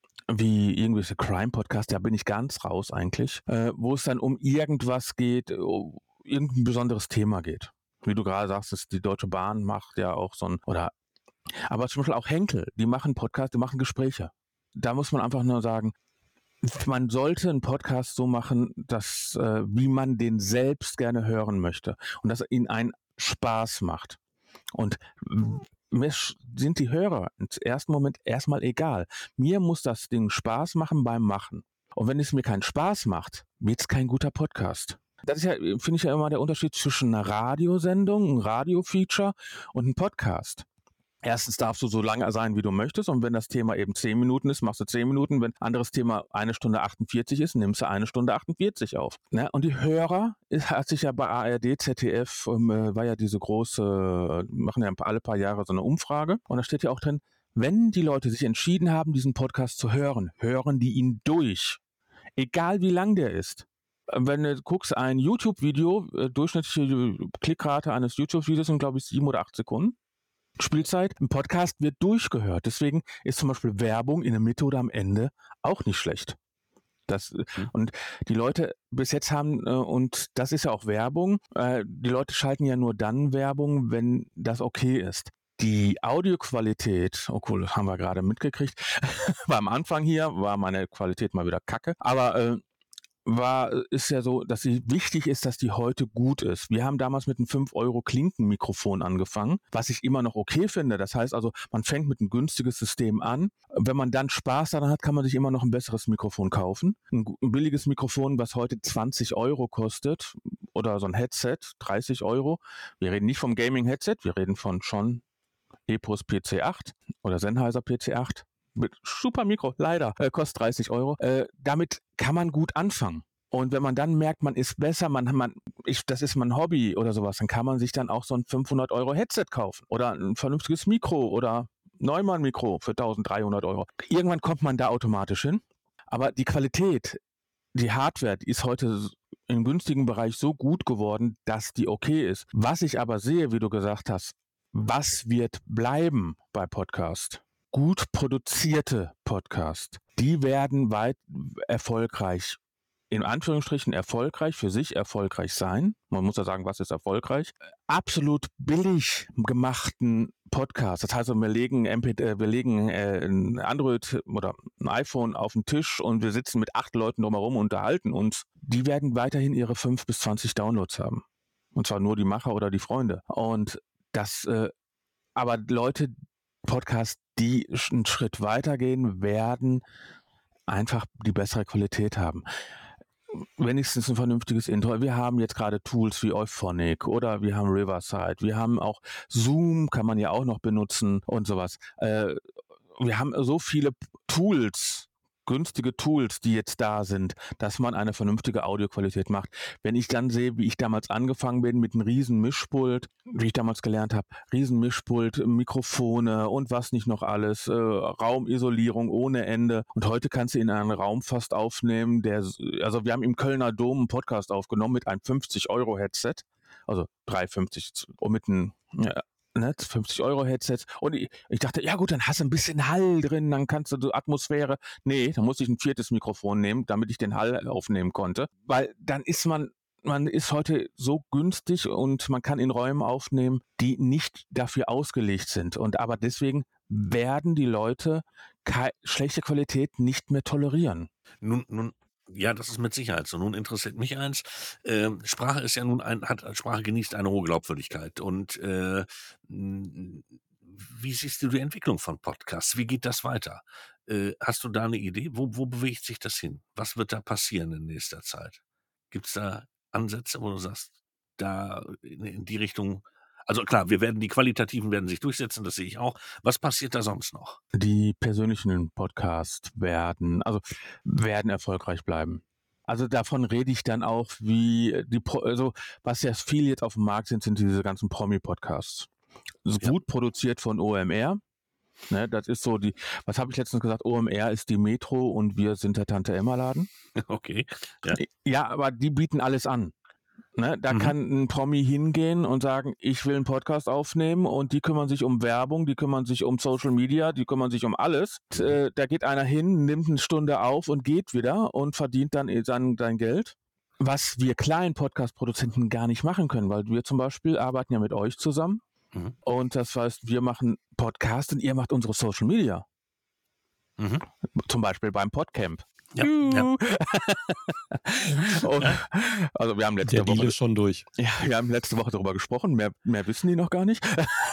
wie irgendwelche Crime-Podcasts, da bin ich ganz raus eigentlich, äh, wo es dann um irgendwas geht, um irgendein besonderes Thema geht. Wie du gerade sagst, ist die Deutsche Bahn macht ja auch so ein, oder, aber zum Beispiel auch Henkel, die machen Podcasts, die machen Gespräche. Da muss man einfach nur sagen, man sollte einen Podcast so machen, dass, äh, wie man den selbst gerne hören möchte und dass er ihn einen Spaß macht. Und mir sind die Hörer im ersten Moment erstmal egal. Mir muss das Ding Spaß machen beim Machen. Und wenn es mir keinen Spaß macht, wird es kein guter Podcast. Das ist ja, finde ich ja immer der Unterschied zwischen einer Radiosendung, einem Radiofeature und einem Podcast. Erstens darfst du so lange sein, wie du möchtest. Und wenn das Thema eben zehn Minuten ist, machst du zehn Minuten. Wenn ein anderes Thema eine Stunde achtundvierzig ist, nimmst du eine Stunde achtundvierzig auf. Ne? Und die Hörer, es hat sich ja bei A R D, Z D F, ähm, war ja diese große, machen ja alle paar Jahre so eine Umfrage. Und da steht ja auch drin, wenn die Leute sich entschieden haben, diesen Podcast zu hören, hören die ihn durch. Egal wie lang der ist. Wenn du guckst, ein YouTube-Video, äh, durchschnittliche Klickrate eines YouTube-Videos sind, glaube ich, sieben oder acht Sekunden. Spielzeit. Ein Podcast wird durchgehört. Deswegen ist zum Beispiel Werbung in der Mitte oder am Ende auch nicht schlecht. Das, mhm. Und die Leute bis jetzt haben, äh, und das ist ja auch Werbung, äh, die Leute schalten ja nur dann Werbung, wenn das okay ist. Die Audioqualität, oh cool, das haben wir gerade mitgekriegt, war am Anfang hier, war meine Qualität mal wieder kacke, aber äh, war, ist ja so, dass sie wichtig ist, dass die heute gut ist. Wir haben damals mit einem fünf Euro Klinkenmikrofon angefangen, was ich immer noch okay finde. Das heißt also, man fängt mit einem günstiges System an. Wenn man dann Spaß daran hat, kann man sich immer noch ein besseres Mikrofon kaufen. Ein, ein billiges Mikrofon, was heute zwanzig Euro kostet, oder so ein Headset, dreißig Euro. Wir reden nicht vom Gaming-Headset, wir reden von schon Epos P C acht oder Sennheiser P C acht. Mit super Mikro, leider, äh, kostet dreißig Euro. Äh, damit kann man gut anfangen. Und wenn man dann merkt, man ist besser, man, man, ich, das ist mein Hobby oder sowas, dann kann man sich dann auch so ein fünfhundert Euro Headset kaufen oder ein vernünftiges Mikro oder Neumann-Mikro für dreizehnhundert Euro. Irgendwann kommt man da automatisch hin. Aber die Qualität, die Hardware, die ist heute im günstigen Bereich so gut geworden, dass die okay ist. Was ich aber sehe, wie du gesagt hast, was wird bleiben bei Podcast? Gut produzierte Podcasts, die werden weit erfolgreich, in Anführungsstrichen erfolgreich, für sich erfolgreich sein. Man muss ja sagen, was ist erfolgreich? Absolut billig gemachten Podcasts. Das heißt, wir legen, M P, äh, wir legen äh, ein Android oder ein iPhone auf den Tisch und wir sitzen mit acht Leuten drumherum und unterhalten uns. Die werden weiterhin ihre fünf bis zwanzig Downloads haben. Und zwar nur die Macher oder die Freunde. Und das, äh, aber Leute, Podcasts, die einen Schritt weitergehen, werden einfach die bessere Qualität haben. Wenigstens ein vernünftiges Intro. Wir haben jetzt gerade Tools wie Euphonic oder wir haben Riverside. Wir haben auch Zoom, kann man ja auch noch benutzen und sowas. Äh, wir haben so viele Tools, günstige Tools, die jetzt da sind, dass man eine vernünftige Audioqualität macht. Wenn ich dann sehe, wie ich damals angefangen bin mit einem riesen Mischpult, wie ich damals gelernt habe, riesen Mischpult, Mikrofone und was nicht noch alles, äh, Raumisolierung ohne Ende. Und heute kannst du in einen Raum fast aufnehmen, der, also wir haben im Kölner Dom einen Podcast aufgenommen mit einem fünfzig Euro Headset, also drei fünfzig und mit einem, ja, Ne, fünfzig Euro Headsets. Und ich, ich dachte, ja gut, dann hast du ein bisschen Hall drin, dann kannst du die Atmosphäre. Nee, dann musste ich ein viertes Mikrofon nehmen, damit ich den Hall aufnehmen konnte. Weil dann ist man, man ist heute so günstig und man kann in Räumen aufnehmen, die nicht dafür ausgelegt sind. Und aber deswegen werden die Leute ke- schlechte Qualität nicht mehr tolerieren. Nun, nun, ja, das ist mit Sicherheit so. Nun interessiert mich eins. Ähm, Sprache ist ja nun ein, hat, Sprache genießt eine hohe Glaubwürdigkeit. Und äh, m, wie siehst du die Entwicklung von Podcasts? Wie geht das weiter? Äh, hast du da eine Idee? Wo, wo bewegt sich das hin? Was wird da passieren in nächster Zeit? Gibt es da Ansätze, wo du sagst, da in, in die Richtung Also klar, wir werden die Qualitativen werden sich durchsetzen, das sehe ich auch. Was passiert da sonst noch? Die persönlichen Podcasts werden, also werden erfolgreich bleiben. Also davon rede ich dann auch, wie die, Pro- also was ja viel jetzt auf dem Markt sind, sind diese ganzen Promi-Podcasts. Das ist Ja. gut produziert von O M R. Ne, das ist so die, was habe ich letztens gesagt? O M R ist die Metro und wir sind der Tante-Emma-Laden. Okay. Ja. Ja, aber die bieten alles an. Ne, da Mhm. kann ein Promi hingehen und sagen, ich will einen Podcast aufnehmen und die kümmern sich um Werbung, die kümmern sich um Social Media, die kümmern sich um alles. Und, äh, da geht einer hin, nimmt eine Stunde auf und geht wieder und verdient dann sein, sein Geld. Was wir kleinen Podcast-Produzenten gar nicht machen können, weil wir zum Beispiel arbeiten ja mit euch zusammen Mhm. und das heißt, wir machen Podcast und ihr macht unsere Social Media. Mhm. Zum Beispiel beim Podcamp. Ja, ja. Und, also wir haben letzte Der Deal Woche ist schon durch. Ja, wir haben letzte Woche darüber gesprochen. Mehr, mehr wissen die noch gar nicht.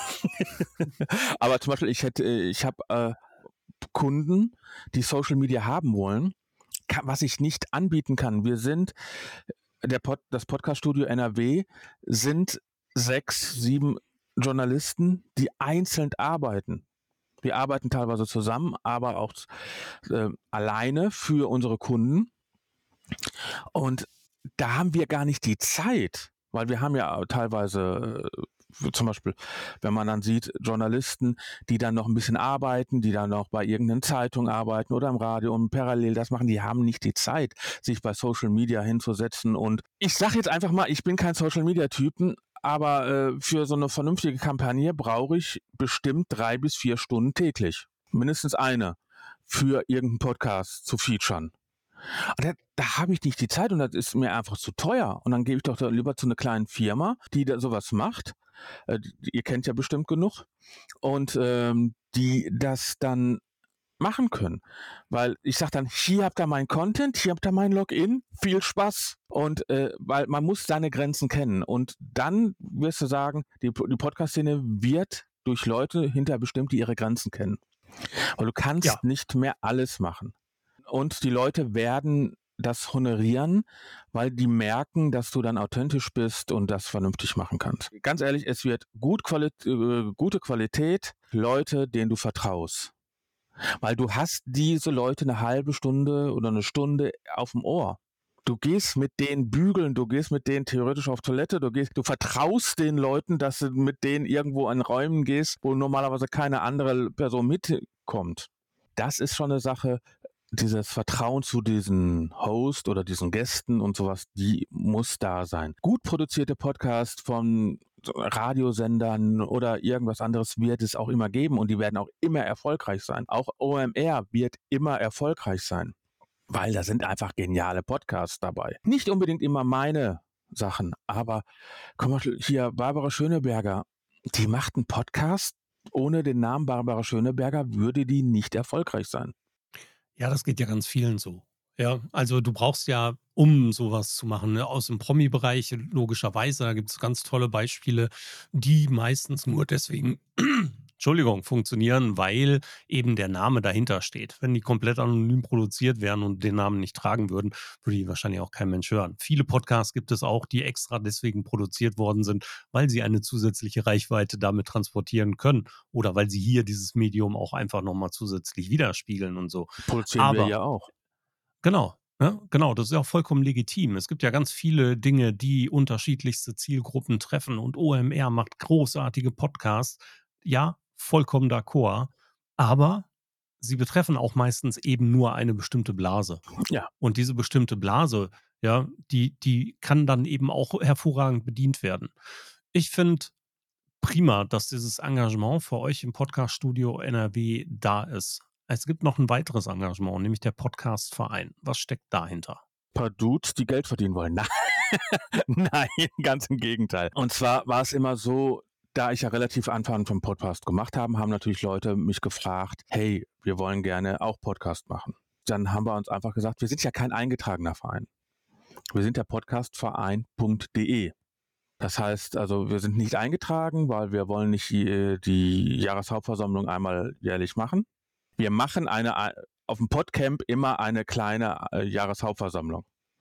Aber zum Beispiel, ich hätte, ich habe äh, Kunden, die Social Media haben wollen, ka- was ich nicht anbieten kann. Wir sind, der Pod, das Podcast-Studio N R W sind sechs, sieben Journalisten, die einzeln arbeiten. Wir arbeiten teilweise zusammen, aber auch äh, alleine für unsere Kunden. Und da haben wir gar nicht die Zeit, weil wir haben ja teilweise äh, zum Beispiel, wenn man dann sieht, Journalisten, die dann noch ein bisschen arbeiten, die dann noch bei irgendeiner Zeitung arbeiten oder im Radio und parallel das machen, die haben nicht die Zeit, sich bei Social Media hinzusetzen. Und ich sage jetzt einfach mal, ich bin kein Social Media Typen, aber äh, für so eine vernünftige Kampagne brauche ich bestimmt drei bis vier Stunden täglich. Mindestens eine für irgendeinen Podcast zu featuren. Und da, da habe ich nicht die Zeit und das ist mir einfach zu teuer. Und dann gebe ich doch da lieber zu einer kleinen Firma, die da sowas macht. Äh, die, ihr kennt ja bestimmt genug. Und ähm, die das dann machen können. Weil ich sage dann, hier habt ihr mein Content, hier habt ihr mein Login, viel Spaß. Und äh, weil man muss seine Grenzen kennen. Und dann wirst du sagen, die, die Podcast-Szene wird durch Leute hinterher bestimmt, die ihre Grenzen kennen. Weil du kannst Ja. nicht mehr alles machen. Und die Leute werden das honorieren, weil die merken, dass du dann authentisch bist und das vernünftig machen kannst. Ganz ehrlich, es wird gut Quali- äh, gute Qualität, Leute, denen du vertraust. Weil du hast diese Leute eine halbe Stunde oder eine Stunde auf dem Ohr. Du gehst mit denen bügeln, du gehst mit denen theoretisch auf Toilette, du gehst, du vertraust den Leuten, dass du mit denen irgendwo in Räumen gehst, wo normalerweise keine andere Person mitkommt. Das ist schon eine Sache, dieses Vertrauen zu diesen Host oder diesen Gästen und sowas, die muss da sein. Gut produzierte Podcasts von Radiosendern oder irgendwas anderes wird es auch immer geben und die werden auch immer erfolgreich sein. Auch O M R wird immer erfolgreich sein, weil da sind einfach geniale Podcasts dabei. Nicht unbedingt immer meine Sachen, aber komm mal hier, Barbara Schöneberger, die macht einen Podcast. Ohne den Namen Barbara Schöneberger würde die nicht erfolgreich sein. Ja, das geht ja ganz vielen so. Ja, also du brauchst ja, um sowas zu machen, ne, aus dem Promi-Bereich, logischerweise, da gibt es ganz tolle Beispiele, die meistens nur deswegen, Entschuldigung, funktionieren, weil eben der Name dahinter steht. Wenn die komplett anonym produziert wären und den Namen nicht tragen würden, würde die wahrscheinlich auch kein Mensch hören. Viele Podcasts gibt es auch, die extra deswegen produziert worden sind, weil sie eine zusätzliche Reichweite damit transportieren können oder weil sie hier dieses Medium auch einfach nochmal zusätzlich widerspiegeln und so. Produzieren wir Aber ja auch. Genau, ne? Genau, das ist ja auch vollkommen legitim. Es gibt ja ganz viele Dinge, die unterschiedlichste Zielgruppen treffen und O M R macht großartige Podcasts. Ja, vollkommen d'accord, aber sie betreffen auch meistens eben nur eine bestimmte Blase. Ja. Und diese bestimmte Blase, ja, die die kann dann eben auch hervorragend bedient werden. Ich finde prima, dass dieses Engagement für euch im Podcaststudio N R W da ist. Es gibt noch ein weiteres Engagement, nämlich der Podcastverein. Was steckt dahinter? Paar Dudes, die Geld verdienen wollen. Nein, Nein, ganz im Gegenteil. Und zwar war es immer so, da ich ja relativ Anfang vom Podcast gemacht habe, haben natürlich Leute mich gefragt, hey, wir wollen gerne auch Podcast machen. Dann haben wir uns einfach gesagt, wir sind ja kein eingetragener Verein. Wir sind der podcastverein punkt de. Das heißt, also wir sind nicht eingetragen, weil wir wollen nicht die, die Jahreshauptversammlung einmal jährlich machen. Wir machen eine auf dem Podcamp immer eine kleine äh, Jahreshauptversammlung.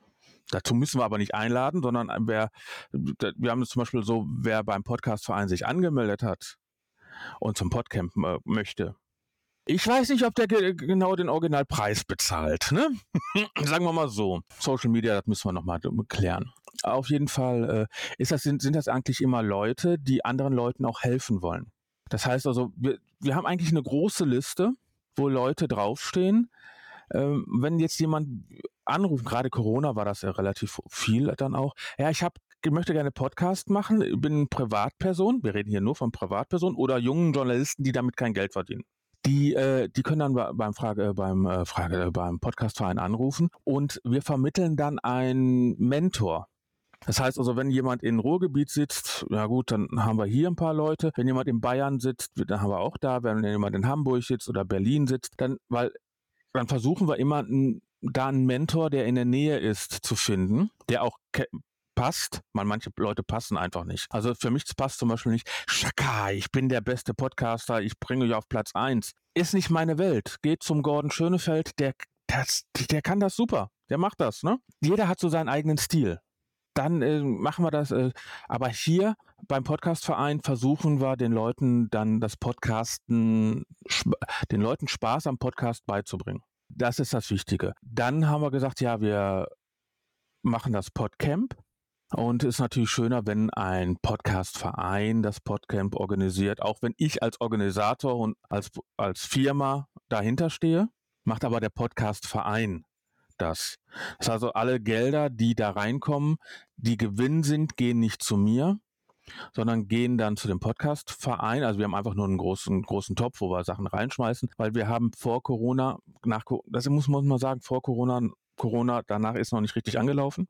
Dazu müssen wir aber nicht einladen, sondern wer, wir haben es zum Beispiel so, wer beim Podcastverein sich angemeldet hat und zum Podcamp äh, möchte. Ich weiß nicht, ob der ge- genau den Originalpreis bezahlt, ne? Sagen wir mal so. Social Media, das müssen wir nochmal klären. Auf jeden Fall äh, ist das, sind, sind das eigentlich immer Leute, die anderen Leuten auch helfen wollen. Das heißt also, wir, wir haben eigentlich eine große Liste, wo Leute draufstehen. Ähm, wenn jetzt jemand anruft, gerade Corona war das ja relativ viel dann auch. Ja, ich hab, ich möchte gerne Podcast machen, bin Privatperson, wir reden hier nur von Privatpersonen oder jungen Journalisten, die damit kein Geld verdienen. Die, äh, die können dann bei- beim Frage, beim äh, Frage, äh, beim Podcastverein anrufen und wir vermitteln dann einen Mentor. Das heißt also, wenn jemand in Ruhrgebiet sitzt, ja gut, dann haben wir hier ein paar Leute. Wenn jemand in Bayern sitzt, dann haben wir auch da. Wenn jemand in Hamburg sitzt oder Berlin sitzt, dann, weil, dann versuchen wir immer einen, da einen Mentor, der in der Nähe ist, zu finden, der auch ke- passt. Man, manche Leute passen einfach nicht. Also für mich passt zum Beispiel nicht, Schaka, ich bin der beste Podcaster, ich bringe euch auf Platz eins. Ist nicht meine Welt. Geht zum Gordon Schönefeld, der, das, der kann das super. Der macht das, ne? Jeder hat so seinen eigenen Stil. Dann äh, machen wir das. Äh, aber hier beim Podcastverein versuchen wir den Leuten dann das Podcasten, sp- den Leuten Spaß am Podcast beizubringen. Das ist das Wichtige. Dann haben wir gesagt, ja, wir machen das Podcamp. Und es ist natürlich schöner, wenn ein Podcastverein das Podcamp organisiert, auch wenn ich als Organisator und als, als Firma dahinter stehe, macht aber der Podcastverein das. Das heißt also, alle Gelder, die da reinkommen, die Gewinn sind, gehen nicht zu mir, sondern gehen dann zu dem Podcastverein. Also wir haben einfach nur einen großen, großen Topf, wo wir Sachen reinschmeißen, weil wir haben vor Corona, nach, Co- das muss man mal sagen, vor Corona, Corona, danach ist noch nicht richtig angelaufen.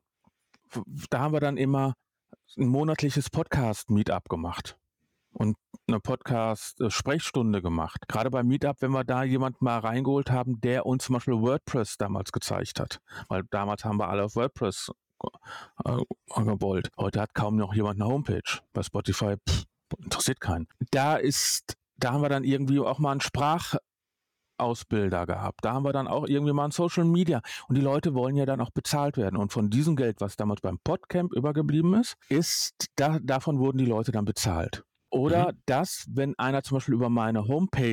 Da haben wir dann immer ein monatliches Podcast-Meetup gemacht und eine Podcast-Sprechstunde gemacht. Gerade beim Meetup, wenn wir da jemanden mal reingeholt haben, der uns zum Beispiel WordPress damals gezeigt hat. Weil damals haben wir alle auf WordPress äh, gewollt. Heute hat kaum noch jemand eine Homepage. Bei Spotify pff, interessiert keinen. Da ist, da haben wir dann irgendwie auch mal einen Sprachausbilder gehabt. Da haben wir dann auch irgendwie mal ein Social Media. Und die Leute wollen ja dann auch bezahlt werden. Und von diesem Geld, was damals beim Podcamp übergeblieben ist, ist da, davon wurden die Leute dann bezahlt. Oder Mhm. dass, wenn einer zum Beispiel über meine Homepage,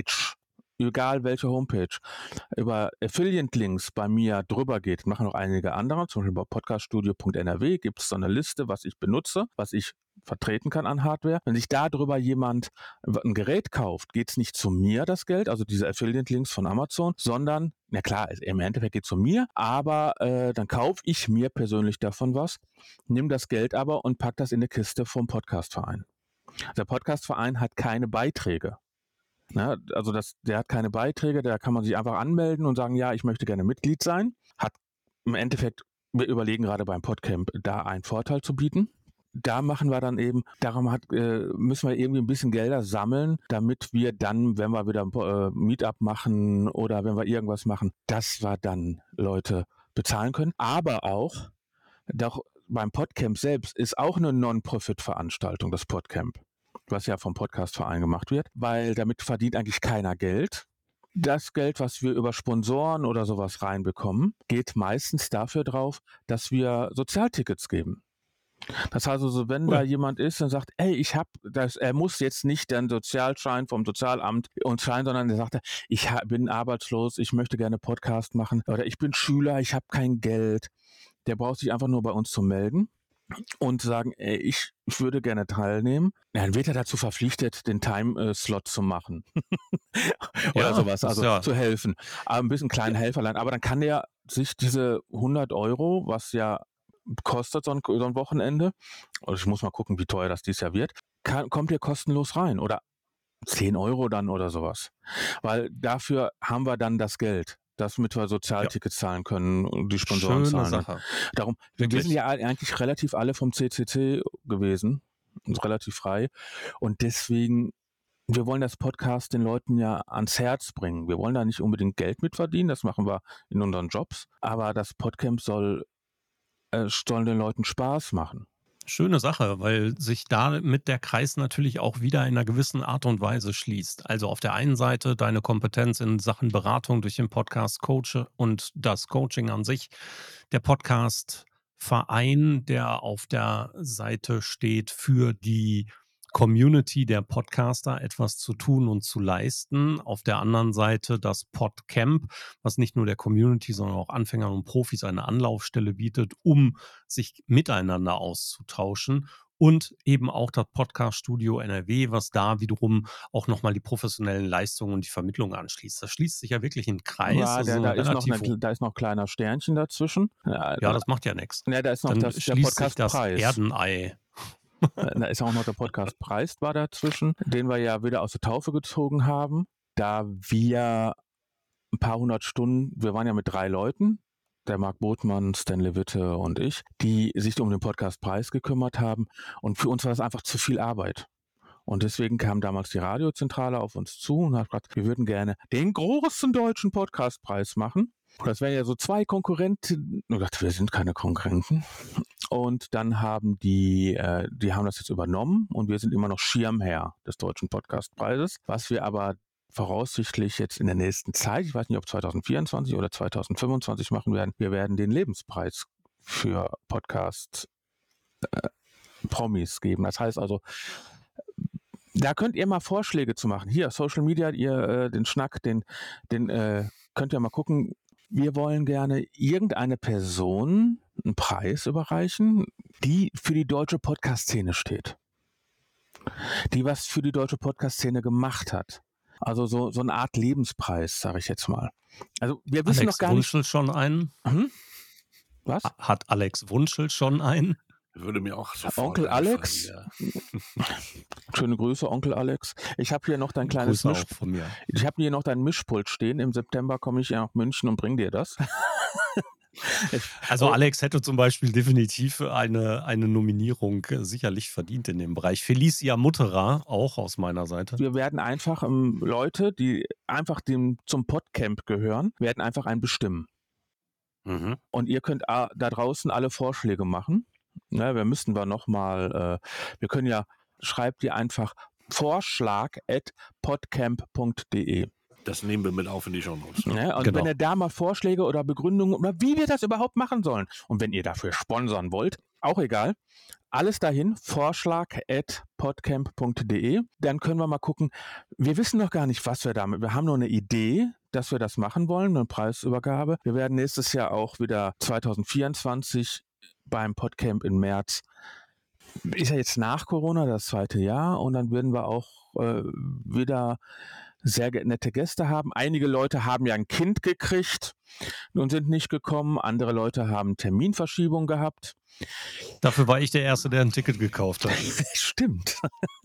egal welche Homepage, über Affiliate-Links bei mir drüber geht, machen noch einige andere, zum Beispiel bei podcaststudio punkt n r w gibt es so eine Liste, was ich benutze, was ich vertreten kann an Hardware. Wenn sich darüber jemand ein Gerät kauft, geht es nicht zu mir, das Geld, also diese Affiliate-Links von Amazon, sondern, na klar, im Endeffekt geht es zu mir, aber äh, dann kaufe ich mir persönlich davon was, nehme das Geld aber und pack das in eine Kiste vom Podcastverein. Der Podcastverein hat keine Beiträge. Ne? Also das, der hat keine Beiträge, da kann man sich einfach anmelden und sagen, ja, ich möchte gerne Mitglied sein. Hat im Endeffekt, wir überlegen gerade beim Podcamp, da einen Vorteil zu bieten. Da machen wir dann eben, darum hat, äh, müssen wir irgendwie ein bisschen Gelder sammeln, damit wir dann, wenn wir wieder äh, Meetup machen oder wenn wir irgendwas machen, dass wir dann Leute bezahlen können. Aber auch, doch beim Podcamp selbst ist auch eine Non-Profit-Veranstaltung, das Podcamp, was ja vom Podcastverein gemacht wird, weil damit verdient eigentlich keiner Geld. Das Geld, was wir über Sponsoren oder sowas reinbekommen, geht meistens dafür drauf, dass wir Sozialtickets geben. Das heißt also, wenn da Cool. jemand ist und sagt, ey, ich habe das, er muss jetzt nicht den Sozialschein vom Sozialamt uns scheinen, sondern er sagt, ich ha- bin arbeitslos, ich möchte gerne Podcast machen oder ich bin Schüler, ich habe kein Geld. Der braucht sich einfach nur bei uns zu melden und sagen, ey, ich, ich würde gerne teilnehmen. Ja, dann wird er dazu verpflichtet, den Time-Slot zu machen oder Ja, sowas, das ist also ja, zu helfen. Aber ein bisschen kleinen ja, Helferlein. Aber dann kann der sich diese hundert Euro, was ja kostet so ein, so ein Wochenende, also ich muss mal gucken, wie teuer das dieses Jahr wird, kann, kommt ihr kostenlos rein oder zehn Euro dann oder sowas. Weil dafür haben wir dann das Geld, damit wir ja, Sozialtickets zahlen können und die Sponsoren schöne zahlen. Sache. Darum, wir sind Wirklich. ja eigentlich relativ alle vom C C C gewesen, und relativ frei. Und deswegen, wir wollen das Podcast den Leuten ja ans Herz bringen. Wir wollen da nicht unbedingt Geld mit verdienen, das machen wir in unseren Jobs. Aber das Podcamp soll, äh, soll den Leuten Spaß machen. Schöne Sache, weil sich damit der Kreis natürlich auch wieder in einer gewissen Art und Weise schließt. Also auf der einen Seite deine Kompetenz in Sachen Beratung durch den Podcast Coach und das Coaching an sich. Der Podcast Verein, der auf der Seite steht, für die Community der Podcaster etwas zu tun und zu leisten. Auf der anderen Seite das Podcamp, was nicht nur der Community, sondern auch Anfängern und Profis eine Anlaufstelle bietet, um sich miteinander auszutauschen. Und eben auch das Podcast-Studio N R W, was da wiederum auch nochmal die professionellen Leistungen und die Vermittlung anschließt. Das schließt sich ja wirklich ein Kreis. Ja, Also der, da, ist noch relativ eine, hoch. da ist noch ein kleiner Sternchen dazwischen. Ja, Ja, das macht ja nichts. ja, da ist noch Dann das, der schließt sich das Podcastpreis. Erdenei. Da ist auch noch der Podcastpreis war dazwischen, den wir ja wieder aus der Taufe gezogen haben, da wir ein paar hundert Stunden, wir waren ja mit drei Leuten, der Marc Botmann, Stanley Witte und ich, die sich um den Podcastpreis gekümmert haben. Und für uns war das einfach zu viel Arbeit. Und deswegen kam damals die Radiozentrale auf uns zu und hat gesagt, wir würden gerne den großen deutschen Podcastpreis machen. Das wären ja so zwei Konkurrenten. Ich dachte, wir sind keine Konkurrenten. Und dann haben die, äh, die haben das jetzt übernommen und wir sind immer noch Schirmherr des deutschen Podcastpreises, was wir aber voraussichtlich jetzt in der nächsten Zeit, ich weiß nicht, ob zwanzig vierundzwanzig oder zwanzig fünfundzwanzig machen werden, wir werden den Lebenspreis für Podcast äh, Promis geben. Das heißt also, da könnt ihr mal Vorschläge zu machen. Hier, Social Media, ihr äh, den Schnack, den, den äh, könnt ihr mal gucken. Wir wollen gerne irgendeine Person einen Preis überreichen, die für die deutsche Podcast-Szene steht. Die was für die deutsche Podcast-Szene gemacht hat. Also so, so eine Art Lebenspreis, sage ich jetzt mal. Also wir wissen Alex noch gar Wunschel nicht. schon einen? Hm? Was? Hat Alex Wunschel schon einen? Würde mir auch sofort Onkel Alex? einfallen, Schöne Grüße, Onkel Alex. Ich habe hier noch dein kleines Grüße Misch auch von mir. Ich habe hier noch dein Mischpult stehen. Im September komme ich ja nach München und bring dir das. Also Oh. Alex hätte zum Beispiel definitiv eine, eine Nominierung äh, sicherlich verdient in dem Bereich. Felicia Mutterer, auch aus meiner Seite. Wir werden einfach ähm, Leute, die einfach dem, zum Podcamp gehören, werden einfach einen bestimmen. ja. Mhm. Und ihr könnt äh, da draußen alle Vorschläge machen. Ne, wir müssten wir nochmal, äh, wir können ja, schreibt ihr einfach vorschlag at podcamp punkt de. Das nehmen wir mit auf in die Shownotes. Ne? Und Genau. wenn ihr da mal Vorschläge oder Begründungen oder wie wir das überhaupt machen sollen und wenn ihr dafür sponsern wollt, auch egal, alles dahin, vorschlag at podcamp punkt de. Dann können wir mal gucken, wir wissen noch gar nicht, was wir damit, wir haben nur eine Idee, dass wir das machen wollen, eine Preisübergabe. Wir werden nächstes Jahr auch wieder zwanzig vierundzwanzig beim Podcamp im März, ist ja jetzt nach Corona das zweite Jahr und dann werden wir auch äh, wieder sehr nette Gäste haben. Einige Leute haben ja ein Kind gekriegt und sind nicht gekommen. Andere Leute haben Terminverschiebung gehabt. Dafür war ich der Erste, der ein Ticket gekauft hat. Stimmt.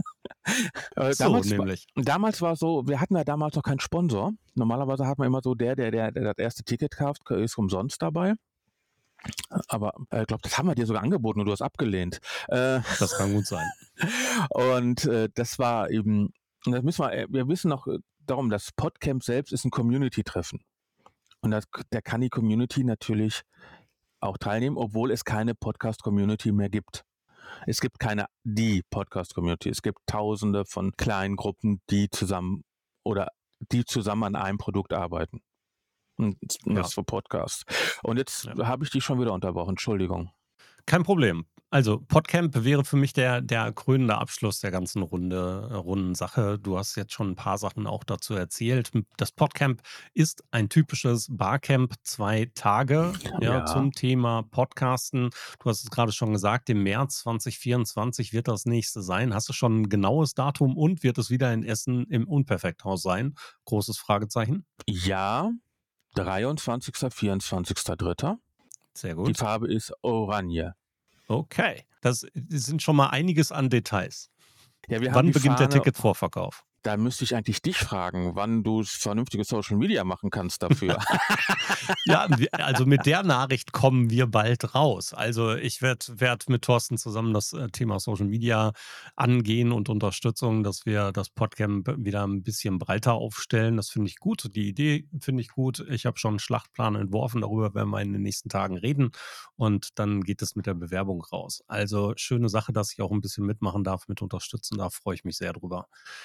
Äh, So damals, war, nämlich. damals war so, wir hatten ja damals noch keinen Sponsor. Normalerweise hat man immer so, der, der, der, der das erste Ticket kauft, ist umsonst dabei. Aber ich äh, glaube, das haben wir dir sogar angeboten und du hast abgelehnt. Äh, Das kann gut sein. und äh, das war eben, das müssen wir, wir wissen noch äh, darum, das Podcamp selbst ist ein Community-Treffen. Und das, da kann die Community natürlich auch teilnehmen, obwohl es keine Podcast-Community mehr gibt. Es gibt keine die Podcast-Community. Es gibt tausende von kleinen Gruppen, die zusammen oder die zusammen an einem Produkt arbeiten. Und das Ja. für Podcasts. Und jetzt Ja. habe ich dich schon wieder unterbrochen. Entschuldigung. Kein Problem. Also Podcamp wäre für mich der, der krönende Abschluss der ganzen Runde, äh, runden Sache. Du hast jetzt schon ein paar Sachen auch dazu erzählt. Das Podcamp ist ein typisches Barcamp, zwei Tage ja, Ja. zum Thema Podcasten. Du hast es gerade schon gesagt, im März zwanzig vierundzwanzig wird das nächste sein. Hast du schon ein genaues Datum und wird es wieder in Essen im Unperfekthaus sein? Großes Fragezeichen. Ja, dreiundzwanzigster vierundzwanzigster dritter Sehr Die gut. Farbe ist Oranje. Okay. Das sind schon mal einiges an Details. Ja, wir haben Wann die beginnt der Fahne- Ticketvorverkauf? Da müsste ich eigentlich dich fragen, wann du vernünftige Social Media machen kannst dafür. Ja, wir- also mit der Nachricht kommen wir bald raus. Also ich werde werd mit Thorsten zusammen das äh, Thema Social Media angehen und Unterstützung, dass wir das Podcamp wieder ein bisschen breiter aufstellen. Das finde ich gut. Die Idee finde ich gut. Ich habe schon einen Schlachtplan entworfen. Darüber werden wir in den nächsten Tagen reden. Und dann geht es mit der Bewerbung raus. Also schöne Sache, dass ich auch ein bisschen mitmachen darf, mit unterstützen darf. Freue ich mich sehr drüber. Also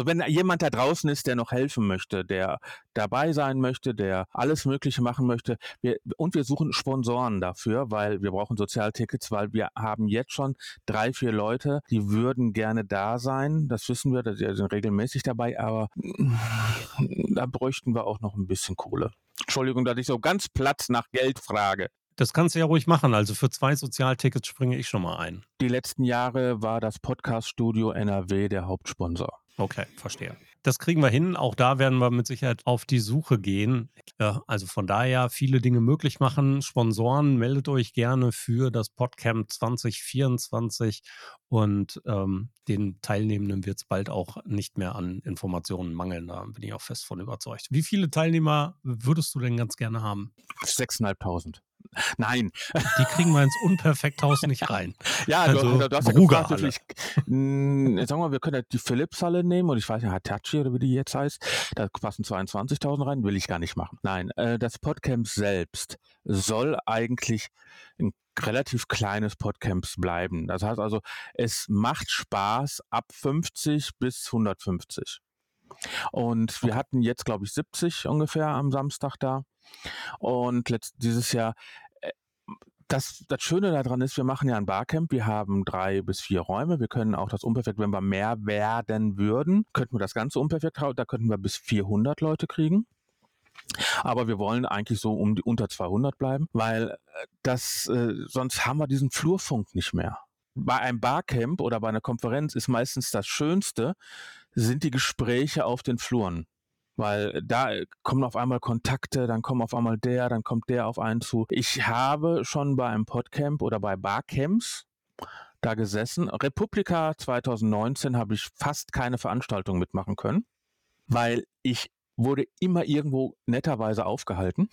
Also wenn jemand da draußen ist, der noch helfen möchte, der dabei sein möchte, der alles Mögliche machen möchte, wir, und wir suchen Sponsoren dafür, weil wir brauchen Sozialtickets, weil wir haben jetzt schon drei, vier Leute, die würden gerne da sein. Das wissen wir, die sind regelmäßig dabei, aber da bräuchten wir auch noch ein bisschen Kohle. Entschuldigung, dass ich so ganz platt nach Geld frage. Das kannst du ja ruhig machen. Also für zwei Sozialtickets springe ich schon mal ein. Die letzten Jahre war das Podcast-Studio N R W der Hauptsponsor. Okay, verstehe. Das kriegen wir hin. Auch da werden wir mit Sicherheit auf die Suche gehen. Ja, also von daher viele Dinge möglich machen. Sponsoren, meldet euch gerne für das Podcamp zwanzig vierundzwanzig und ähm, den Teilnehmenden wird es bald auch nicht mehr an Informationen mangeln. Da bin ich auch fest von überzeugt. Wie viele Teilnehmer würdest du denn ganz gerne haben? sechstausendfünfhundert. Nein. Die kriegen wir ins Unperfekthaus nicht rein. Ja, Also, du, du hast ja gefragt, wie viel ich, mh, sagen wir mal, wir können ja die Philips-Halle nehmen und ich weiß nicht, Hitachi oder wie die jetzt heißt, da passen zweiundzwanzigtausend rein, will ich gar nicht machen. Nein, äh, das Podcamp selbst soll eigentlich ein relativ kleines Podcamp bleiben. Das heißt also, es macht Spaß ab fünfzig bis hundertfünfzig. Und wir hatten jetzt, glaube ich, siebzig ungefähr am Samstag da. Und letzt, dieses Jahr, äh, das, das Schöne daran ist, wir machen ja ein Barcamp, wir haben drei bis vier Räume, wir können auch das Unperfekt, wenn wir mehr werden würden, könnten wir das ganze Unperfekt, da könnten wir bis vierhundert Leute kriegen. Aber wir wollen eigentlich so um die unter zweihundert bleiben, weil das, äh, sonst haben wir diesen Flurfunk nicht mehr. Bei einem Barcamp oder bei einer Konferenz ist meistens das Schönste, sind die Gespräche auf den Fluren. Weil da kommen auf einmal Kontakte, dann kommt auf einmal der, dann kommt der auf einen zu. Ich habe schon bei einem Podcamp oder bei Barcamps da gesessen. Republika zwanzig neunzehn habe ich fast keine Veranstaltung mitmachen können, weil ich wurde immer irgendwo netterweise aufgehalten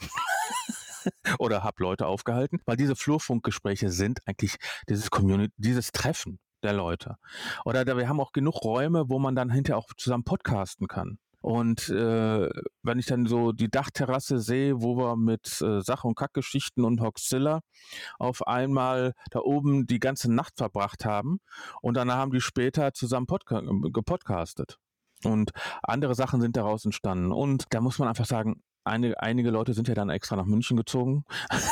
oder habe Leute aufgehalten, weil diese Flurfunkgespräche sind eigentlich dieses Community, dieses Treffen der Leute. Oder da, wir haben auch genug Räume, wo man dann hinterher auch zusammen podcasten kann. Und äh, wenn ich dann so die Dachterrasse sehe, wo wir mit äh, Sach- und Kackgeschichten und Hoxilla auf einmal da oben die ganze Nacht verbracht haben und dann haben die später zusammen podca- gepodcastet. Und andere Sachen sind daraus entstanden. Und da muss man einfach sagen, einige, einige Leute sind ja dann extra nach München gezogen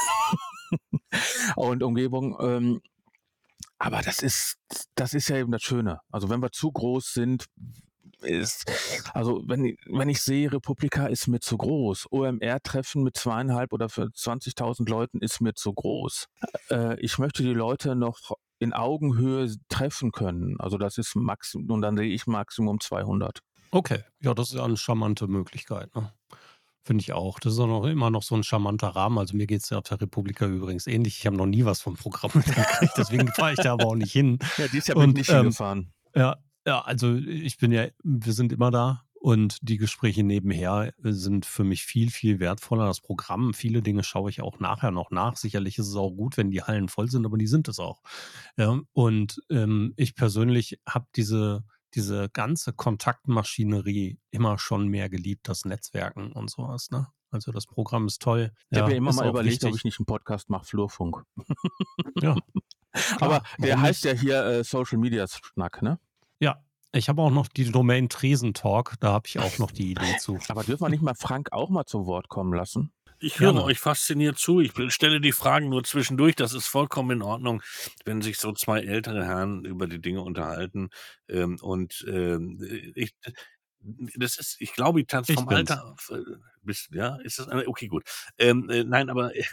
und Umgebung. Ähm, aber das ist, das ist ja eben das Schöne. Also wenn wir zu groß sind, ist, also wenn, wenn ich sehe, Republika ist mir zu groß, O M R-Treffen mit zweieinhalb oder für zwanzigtausend Leuten ist mir zu groß. Äh, ich möchte die Leute noch in Augenhöhe treffen können. Also das ist Maximum, und dann sehe ich Maximum zweihundert. Okay, ja, das ist ja eine charmante Möglichkeit, ne? Finde ich auch. Das ist auch noch immer noch so ein charmanter Rahmen. Also mir geht es ja auf der Republika übrigens ähnlich. Ich habe noch nie was vom Programm mitgekriegt, deswegen fahre ich da aber auch nicht hin. Ja, dieses Jahr bin ich nicht ähm, hingefahren. Ja, ja, also ich bin ja, wir sind immer da und die Gespräche nebenher sind für mich viel, viel wertvoller. Das Programm, viele Dinge schaue ich auch nachher noch nach. Sicherlich ist es auch gut, wenn die Hallen voll sind, aber die sind es auch. Ja, und ähm, ich persönlich habe diese, diese ganze Kontaktmaschinerie immer schon mehr geliebt, das Netzwerken und sowas, ne? Also das Programm ist toll. Ich habe Ja, ja immer ist mal auch überlegt, wichtig. ob ich nicht einen Podcast mache, Flurfunk. Ja, Aber klar, der warum heißt nicht? ja hier äh, Social Media Schnack, ne? Ja, ich habe auch noch die Domain Tresentalk, da habe ich auch noch die Idee zu. Aber dürfen wir nicht mal Frank auch mal zu Wort kommen lassen? Ich höre Gerne. euch fasziniert zu. Ich stelle die Fragen nur zwischendurch. Das ist vollkommen in Ordnung, wenn sich so zwei ältere Herren über die Dinge unterhalten. Ähm, und ähm, ich, das ist, ich glaube, ich tanze Ich vom bin's. Alter. auf, äh, Bist, ja, ist das? Okay, gut. Ähm, äh, nein, aber äh,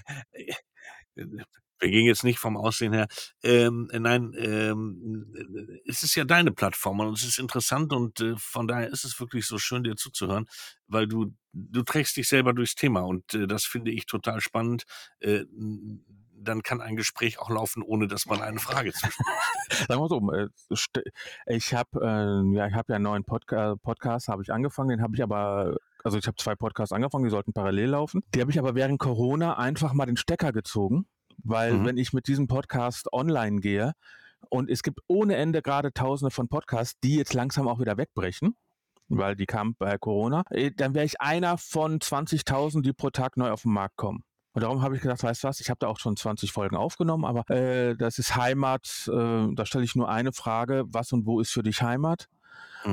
wir gehen jetzt nicht vom Aussehen her. Ähm, äh, nein, ähm, äh, es ist ja deine Plattform und es ist interessant und äh, von daher ist es wirklich so schön, dir zuzuhören, weil du, du trägst dich selber durchs Thema und äh, das finde ich total spannend. Äh, n- dann kann ein Gespräch auch laufen, ohne dass man eine Frage zwischendurch stellt. Sagen wir so, äh, st- ich habe äh, ja, ich habe ja einen neuen Podca- Podcast, habe ich angefangen, den habe ich aber, also ich habe zwei Podcasts angefangen, die sollten parallel laufen. Die habe ich aber während Corona einfach mal den Stecker gezogen, weil Mhm. wenn ich mit diesem Podcast online gehe und es gibt ohne Ende gerade tausende von Podcasts, die jetzt langsam auch wieder wegbrechen, weil die kamen bei Corona, äh, dann wäre ich einer von zwanzigtausend, die pro Tag neu auf den Markt kommen. Und darum habe ich gedacht, weißt du was, ich habe da auch schon zwanzig Folgen aufgenommen, aber äh, das ist Heimat, äh, da stelle ich nur eine Frage, was und wo ist für dich Heimat? Mhm.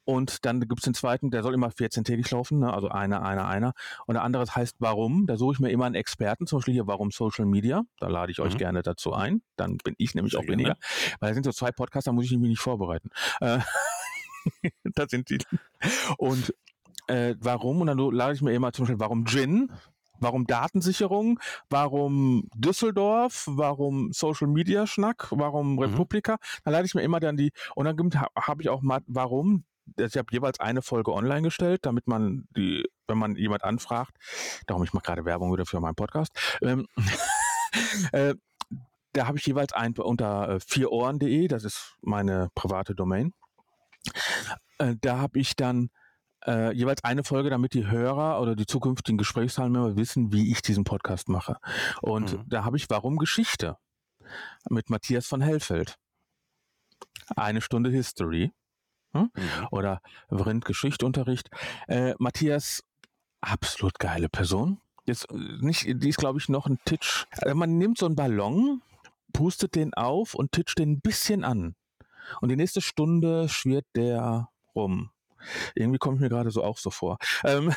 Und dann gibt es den zweiten, der soll immer vierzehntägig laufen, ne? Also einer, einer, einer. Und der andere heißt Warum. Da suche ich mir immer einen Experten, zum Beispiel hier Warum Social Media. Da lade ich euch Mhm. gerne dazu ein. Dann bin ich nämlich Sehr auch weniger. gerne. Weil da sind so zwei Podcasts, da muss ich mich nicht vorbereiten. Äh, das sind die. Und äh, warum? Und dann lade ich mir immer zum Beispiel Warum Gin? Warum Datensicherung? Warum Düsseldorf? Warum Social Media Schnack? Warum Mhm. Republika? Dann lade ich mir immer dann die, und dann gibt- ha- habe ich auch mal, warum? Ich habe jeweils eine Folge online gestellt, damit man die, wenn man jemand anfragt, darum ich mache gerade Werbung wieder für meinen Podcast, ähm, äh, da habe ich jeweils ein unter äh, vier ohren punkt de, das ist meine private Domain. Äh, da habe ich dann äh, jeweils eine Folge, damit die Hörer oder die zukünftigen Gesprächsteilnehmer wissen, wie ich diesen Podcast mache. Und Mhm. da habe ich Warum Geschichte mit Matthias von Hellfeld. Eine Stunde History. Hm? Mhm. Oder Vrind Geschichtsunterricht. Äh, Matthias, absolut geile Person. Jetzt, äh, nicht, die ist, glaube ich, noch ein Titsch. Also man nimmt so einen Ballon, pustet den auf und titscht den ein bisschen an. Und die nächste Stunde schwirrt der rum. Irgendwie kommt mir gerade so auch so vor. Ähm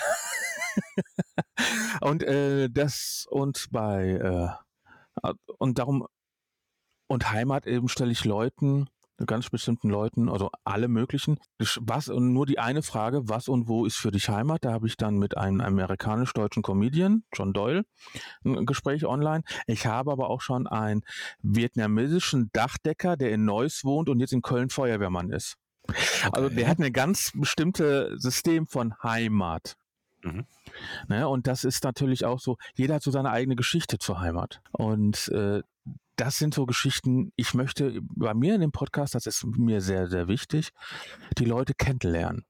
und äh, das und bei äh, und darum und Heimat eben stelle ich Leuten, ganz bestimmten Leuten, also alle möglichen, was und nur die eine Frage, was und wo ist für dich Heimat? Da habe ich dann mit einem amerikanisch-deutschen Comedian, John Doyle, ein Gespräch online. Ich habe aber auch schon einen vietnamesischen Dachdecker, der in Neuss wohnt und jetzt in Köln Feuerwehrmann ist. Also der Okay. hat ein ganz bestimmtes System von Heimat. Mhm. Ne? Und das ist natürlich auch so, jeder hat so seine eigene Geschichte zur Heimat. Und äh, das sind so Geschichten, ich möchte bei mir in dem Podcast, das ist mir sehr, sehr wichtig, die Leute kennenlernen.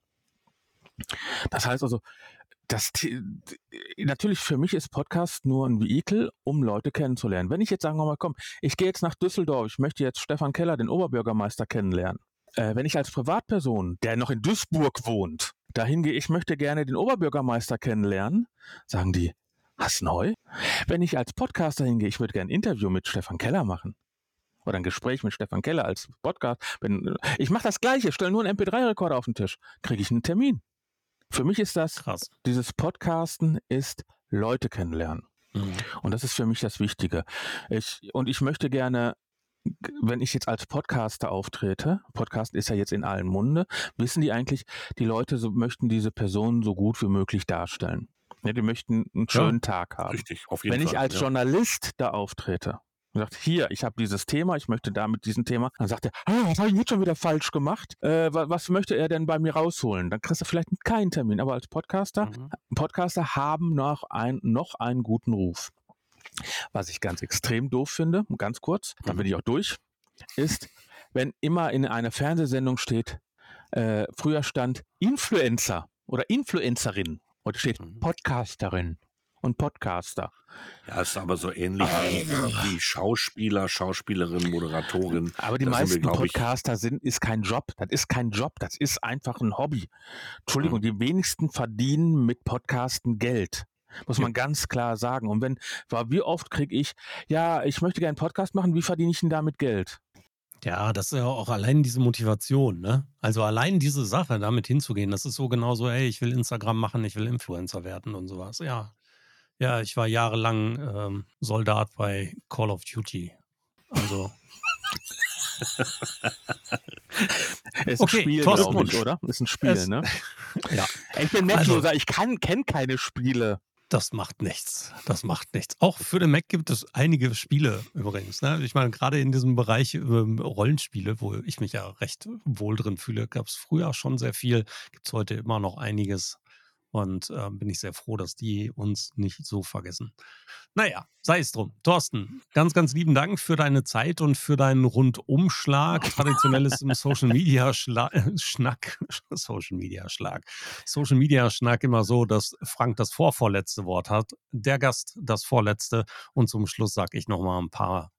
Das heißt also, das, natürlich für mich ist Podcast nur ein Vehikel, um Leute kennenzulernen. Wenn ich jetzt sagen wir mal, komm, ich gehe jetzt nach Düsseldorf, ich möchte jetzt Stefan Keller, den Oberbürgermeister, kennenlernen. Äh, wenn ich als Privatperson, der noch in Duisburg wohnt, dahin gehe, ich möchte gerne den Oberbürgermeister kennenlernen, sagen die, hast neu? Wenn ich als Podcaster hingehe, ich würde gerne ein Interview mit Stefan Keller machen. Oder ein Gespräch mit Stefan Keller als Podcast. Wenn, ich mache das Gleiche, stelle nur einen M P drei Rekorder auf den Tisch, kriege ich einen Termin. Für mich ist das, Krass. dieses Podcasten ist Leute kennenlernen. Mhm. Und das ist für mich das Wichtige. Ich, und ich möchte gerne, wenn ich jetzt als Podcaster auftrete, Podcast ist ja jetzt in allen Munde, wissen die eigentlich, die Leute so, möchten diese Personen so gut wie möglich darstellen. Ja, die möchten einen schönen Ja, Tag haben. Richtig, auf jeden Wenn Fall. ich als ja. Journalist da auftrete und sagt, hier, ich habe dieses Thema, ich möchte da mit diesem Thema, dann sagt er, ah, was habe ich jetzt schon wieder falsch gemacht? Äh, was, was möchte er denn bei mir rausholen? Dann kriegst du vielleicht keinen Termin, aber als Podcaster, Mhm. Podcaster haben noch, ein, noch einen guten Ruf. Was ich ganz extrem doof finde, ganz kurz, dann bin ich auch durch, ist, wenn immer in einer Fernsehsendung steht, äh, früher stand Influencer oder Influencerin, heute steht Mhm. Podcasterin und Podcaster. Ja, ist aber so ähnlich wie, wie Schauspieler, Schauspielerin, Moderatorin. Aber die Da sind wir, meisten glaub ich- Podcaster sind, ist kein Job. Das ist kein Job. Das ist einfach ein Hobby. Entschuldigung, Mhm. die wenigsten verdienen mit Podcasten Geld. Muss Ja. man ganz klar sagen. Und wenn, wie oft kriege ich, ja, ich möchte gerne einen Podcast machen, wie verdiene ich denn damit Geld? Ja, das ist ja auch allein diese Motivation, ne? Also allein diese Sache, damit hinzugehen, das ist so genauso, ey, ich will Instagram machen, ich will Influencer werden und sowas. Ja, ja, ich war jahrelang ähm, Soldat bei Call of Duty. Also, Ist Okay, ein Spiel, Thorsten. glaube ich, oder? Ist ein Spiel, Es- ne? ja, Ich bin Also- Mac-User, ich kann, kenne keine Spiele. das macht nichts. Das macht nichts. Auch für den Mac gibt es einige Spiele übrigens. Ne? Ich meine, gerade in diesem Bereich ähm, Rollenspiele, wo ich mich ja recht wohl drin fühle, gab es früher schon sehr viel, gibt es heute immer noch einiges. Und äh, bin ich sehr froh, dass die uns nicht so vergessen. Naja, sei es drum. Thorsten, ganz, ganz lieben Dank für deine Zeit und für deinen Rundumschlag. Traditionelles im Social Media Schla Schnack. Social Media Schlag. Social Media Schnack immer so, dass Frank das vorvorletzte Wort hat, der Gast das vorletzte und zum Schluss sage ich nochmal ein paar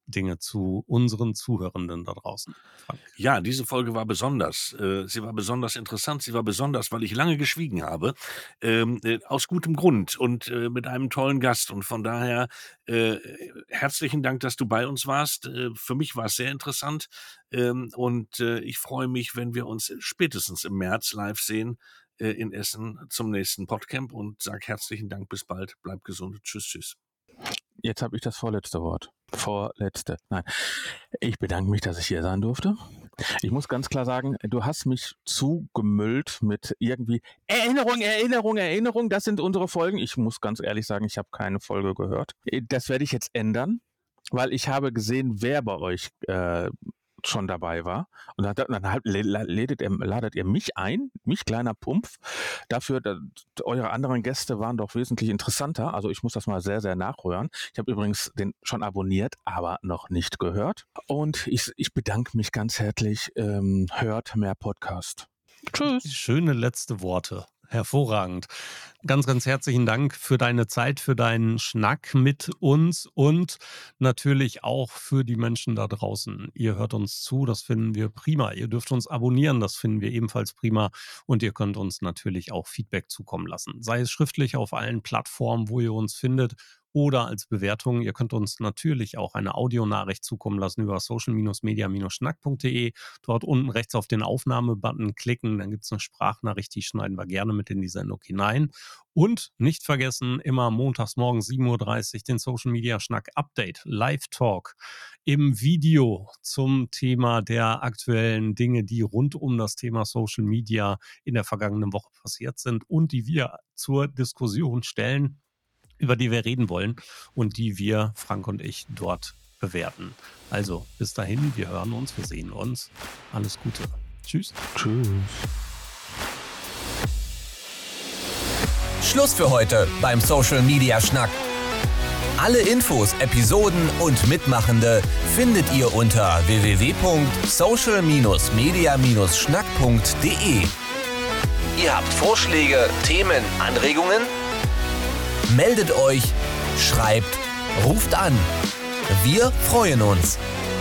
Dinge zu unseren Zuhörenden da draußen, Frank? Ja, diese Folge war besonders. Äh, sie war besonders interessant. Sie war besonders, weil ich lange geschwiegen habe. Ähm, äh, aus gutem Grund und äh, mit einem tollen Gast. Und von daher äh, herzlichen Dank, dass du bei uns warst. Äh, für mich war es sehr interessant. Ähm, und äh, ich freue mich, wenn wir uns spätestens im März live sehen äh, in Essen zum nächsten Podcamp. Und sag herzlichen Dank. Bis bald. Bleib gesund. Tschüss, tschüss. Jetzt habe ich das vorletzte Wort. Vorletzte. Nein. Ich bedanke mich, dass ich hier sein durfte. Ich muss ganz klar sagen, du hast mich zugemüllt mit irgendwie Erinnerung, Erinnerung, Erinnerung. Das sind unsere Folgen. Ich muss ganz ehrlich sagen, ich habe keine Folge gehört. Das werde ich jetzt ändern, weil ich habe gesehen, wer bei euch äh, schon dabei war. Und dann, dann halt, ladet, ihr, ladet ihr mich ein, mich kleiner Pumpf, dafür, dass eure anderen Gäste waren doch wesentlich interessanter. Also ich muss das mal sehr, sehr nachhören. Ich habe übrigens den schon abonniert, aber noch nicht gehört. Und ich, ich bedanke mich ganz herzlich. Ähm, hört mehr Podcast. Tschüss. Schöne letzte Worte. Hervorragend. Ganz, ganz herzlichen Dank für deine Zeit, für deinen Schnack mit uns und natürlich auch für die Menschen da draußen. Ihr hört uns zu, das finden wir prima. Ihr dürft uns abonnieren, das finden wir ebenfalls prima. Und ihr könnt uns natürlich auch Feedback zukommen lassen. Sei es schriftlich auf allen Plattformen, wo ihr uns findet, oder als Bewertung. Ihr könnt uns natürlich auch eine Audionachricht zukommen lassen über social media schnack punkt de. Dort unten rechts auf den Aufnahme-Button klicken, dann gibt es eine Sprachnachricht, die schneiden wir gerne mit in die Sendung hinein. Und nicht vergessen, immer montags morgens sieben Uhr dreißig den Social Media Schnack Update, Live-Talk im Video zum Thema der aktuellen Dinge, die rund um das Thema Social Media in der vergangenen Woche passiert sind und die wir zur Diskussion stellen, über die wir reden wollen und die wir, Frank und ich, dort bewerten. Also bis dahin, wir hören uns, wir sehen uns. Alles Gute. Tschüss. Tschüss. Schluss für heute beim Social Media Schnack. Alle Infos, Episoden und Mitmachende findet ihr unter w w w punkt social media schnack punkt de. Ihr habt Vorschläge, Themen, Anregungen? Meldet euch, schreibt, ruft an. Wir freuen uns.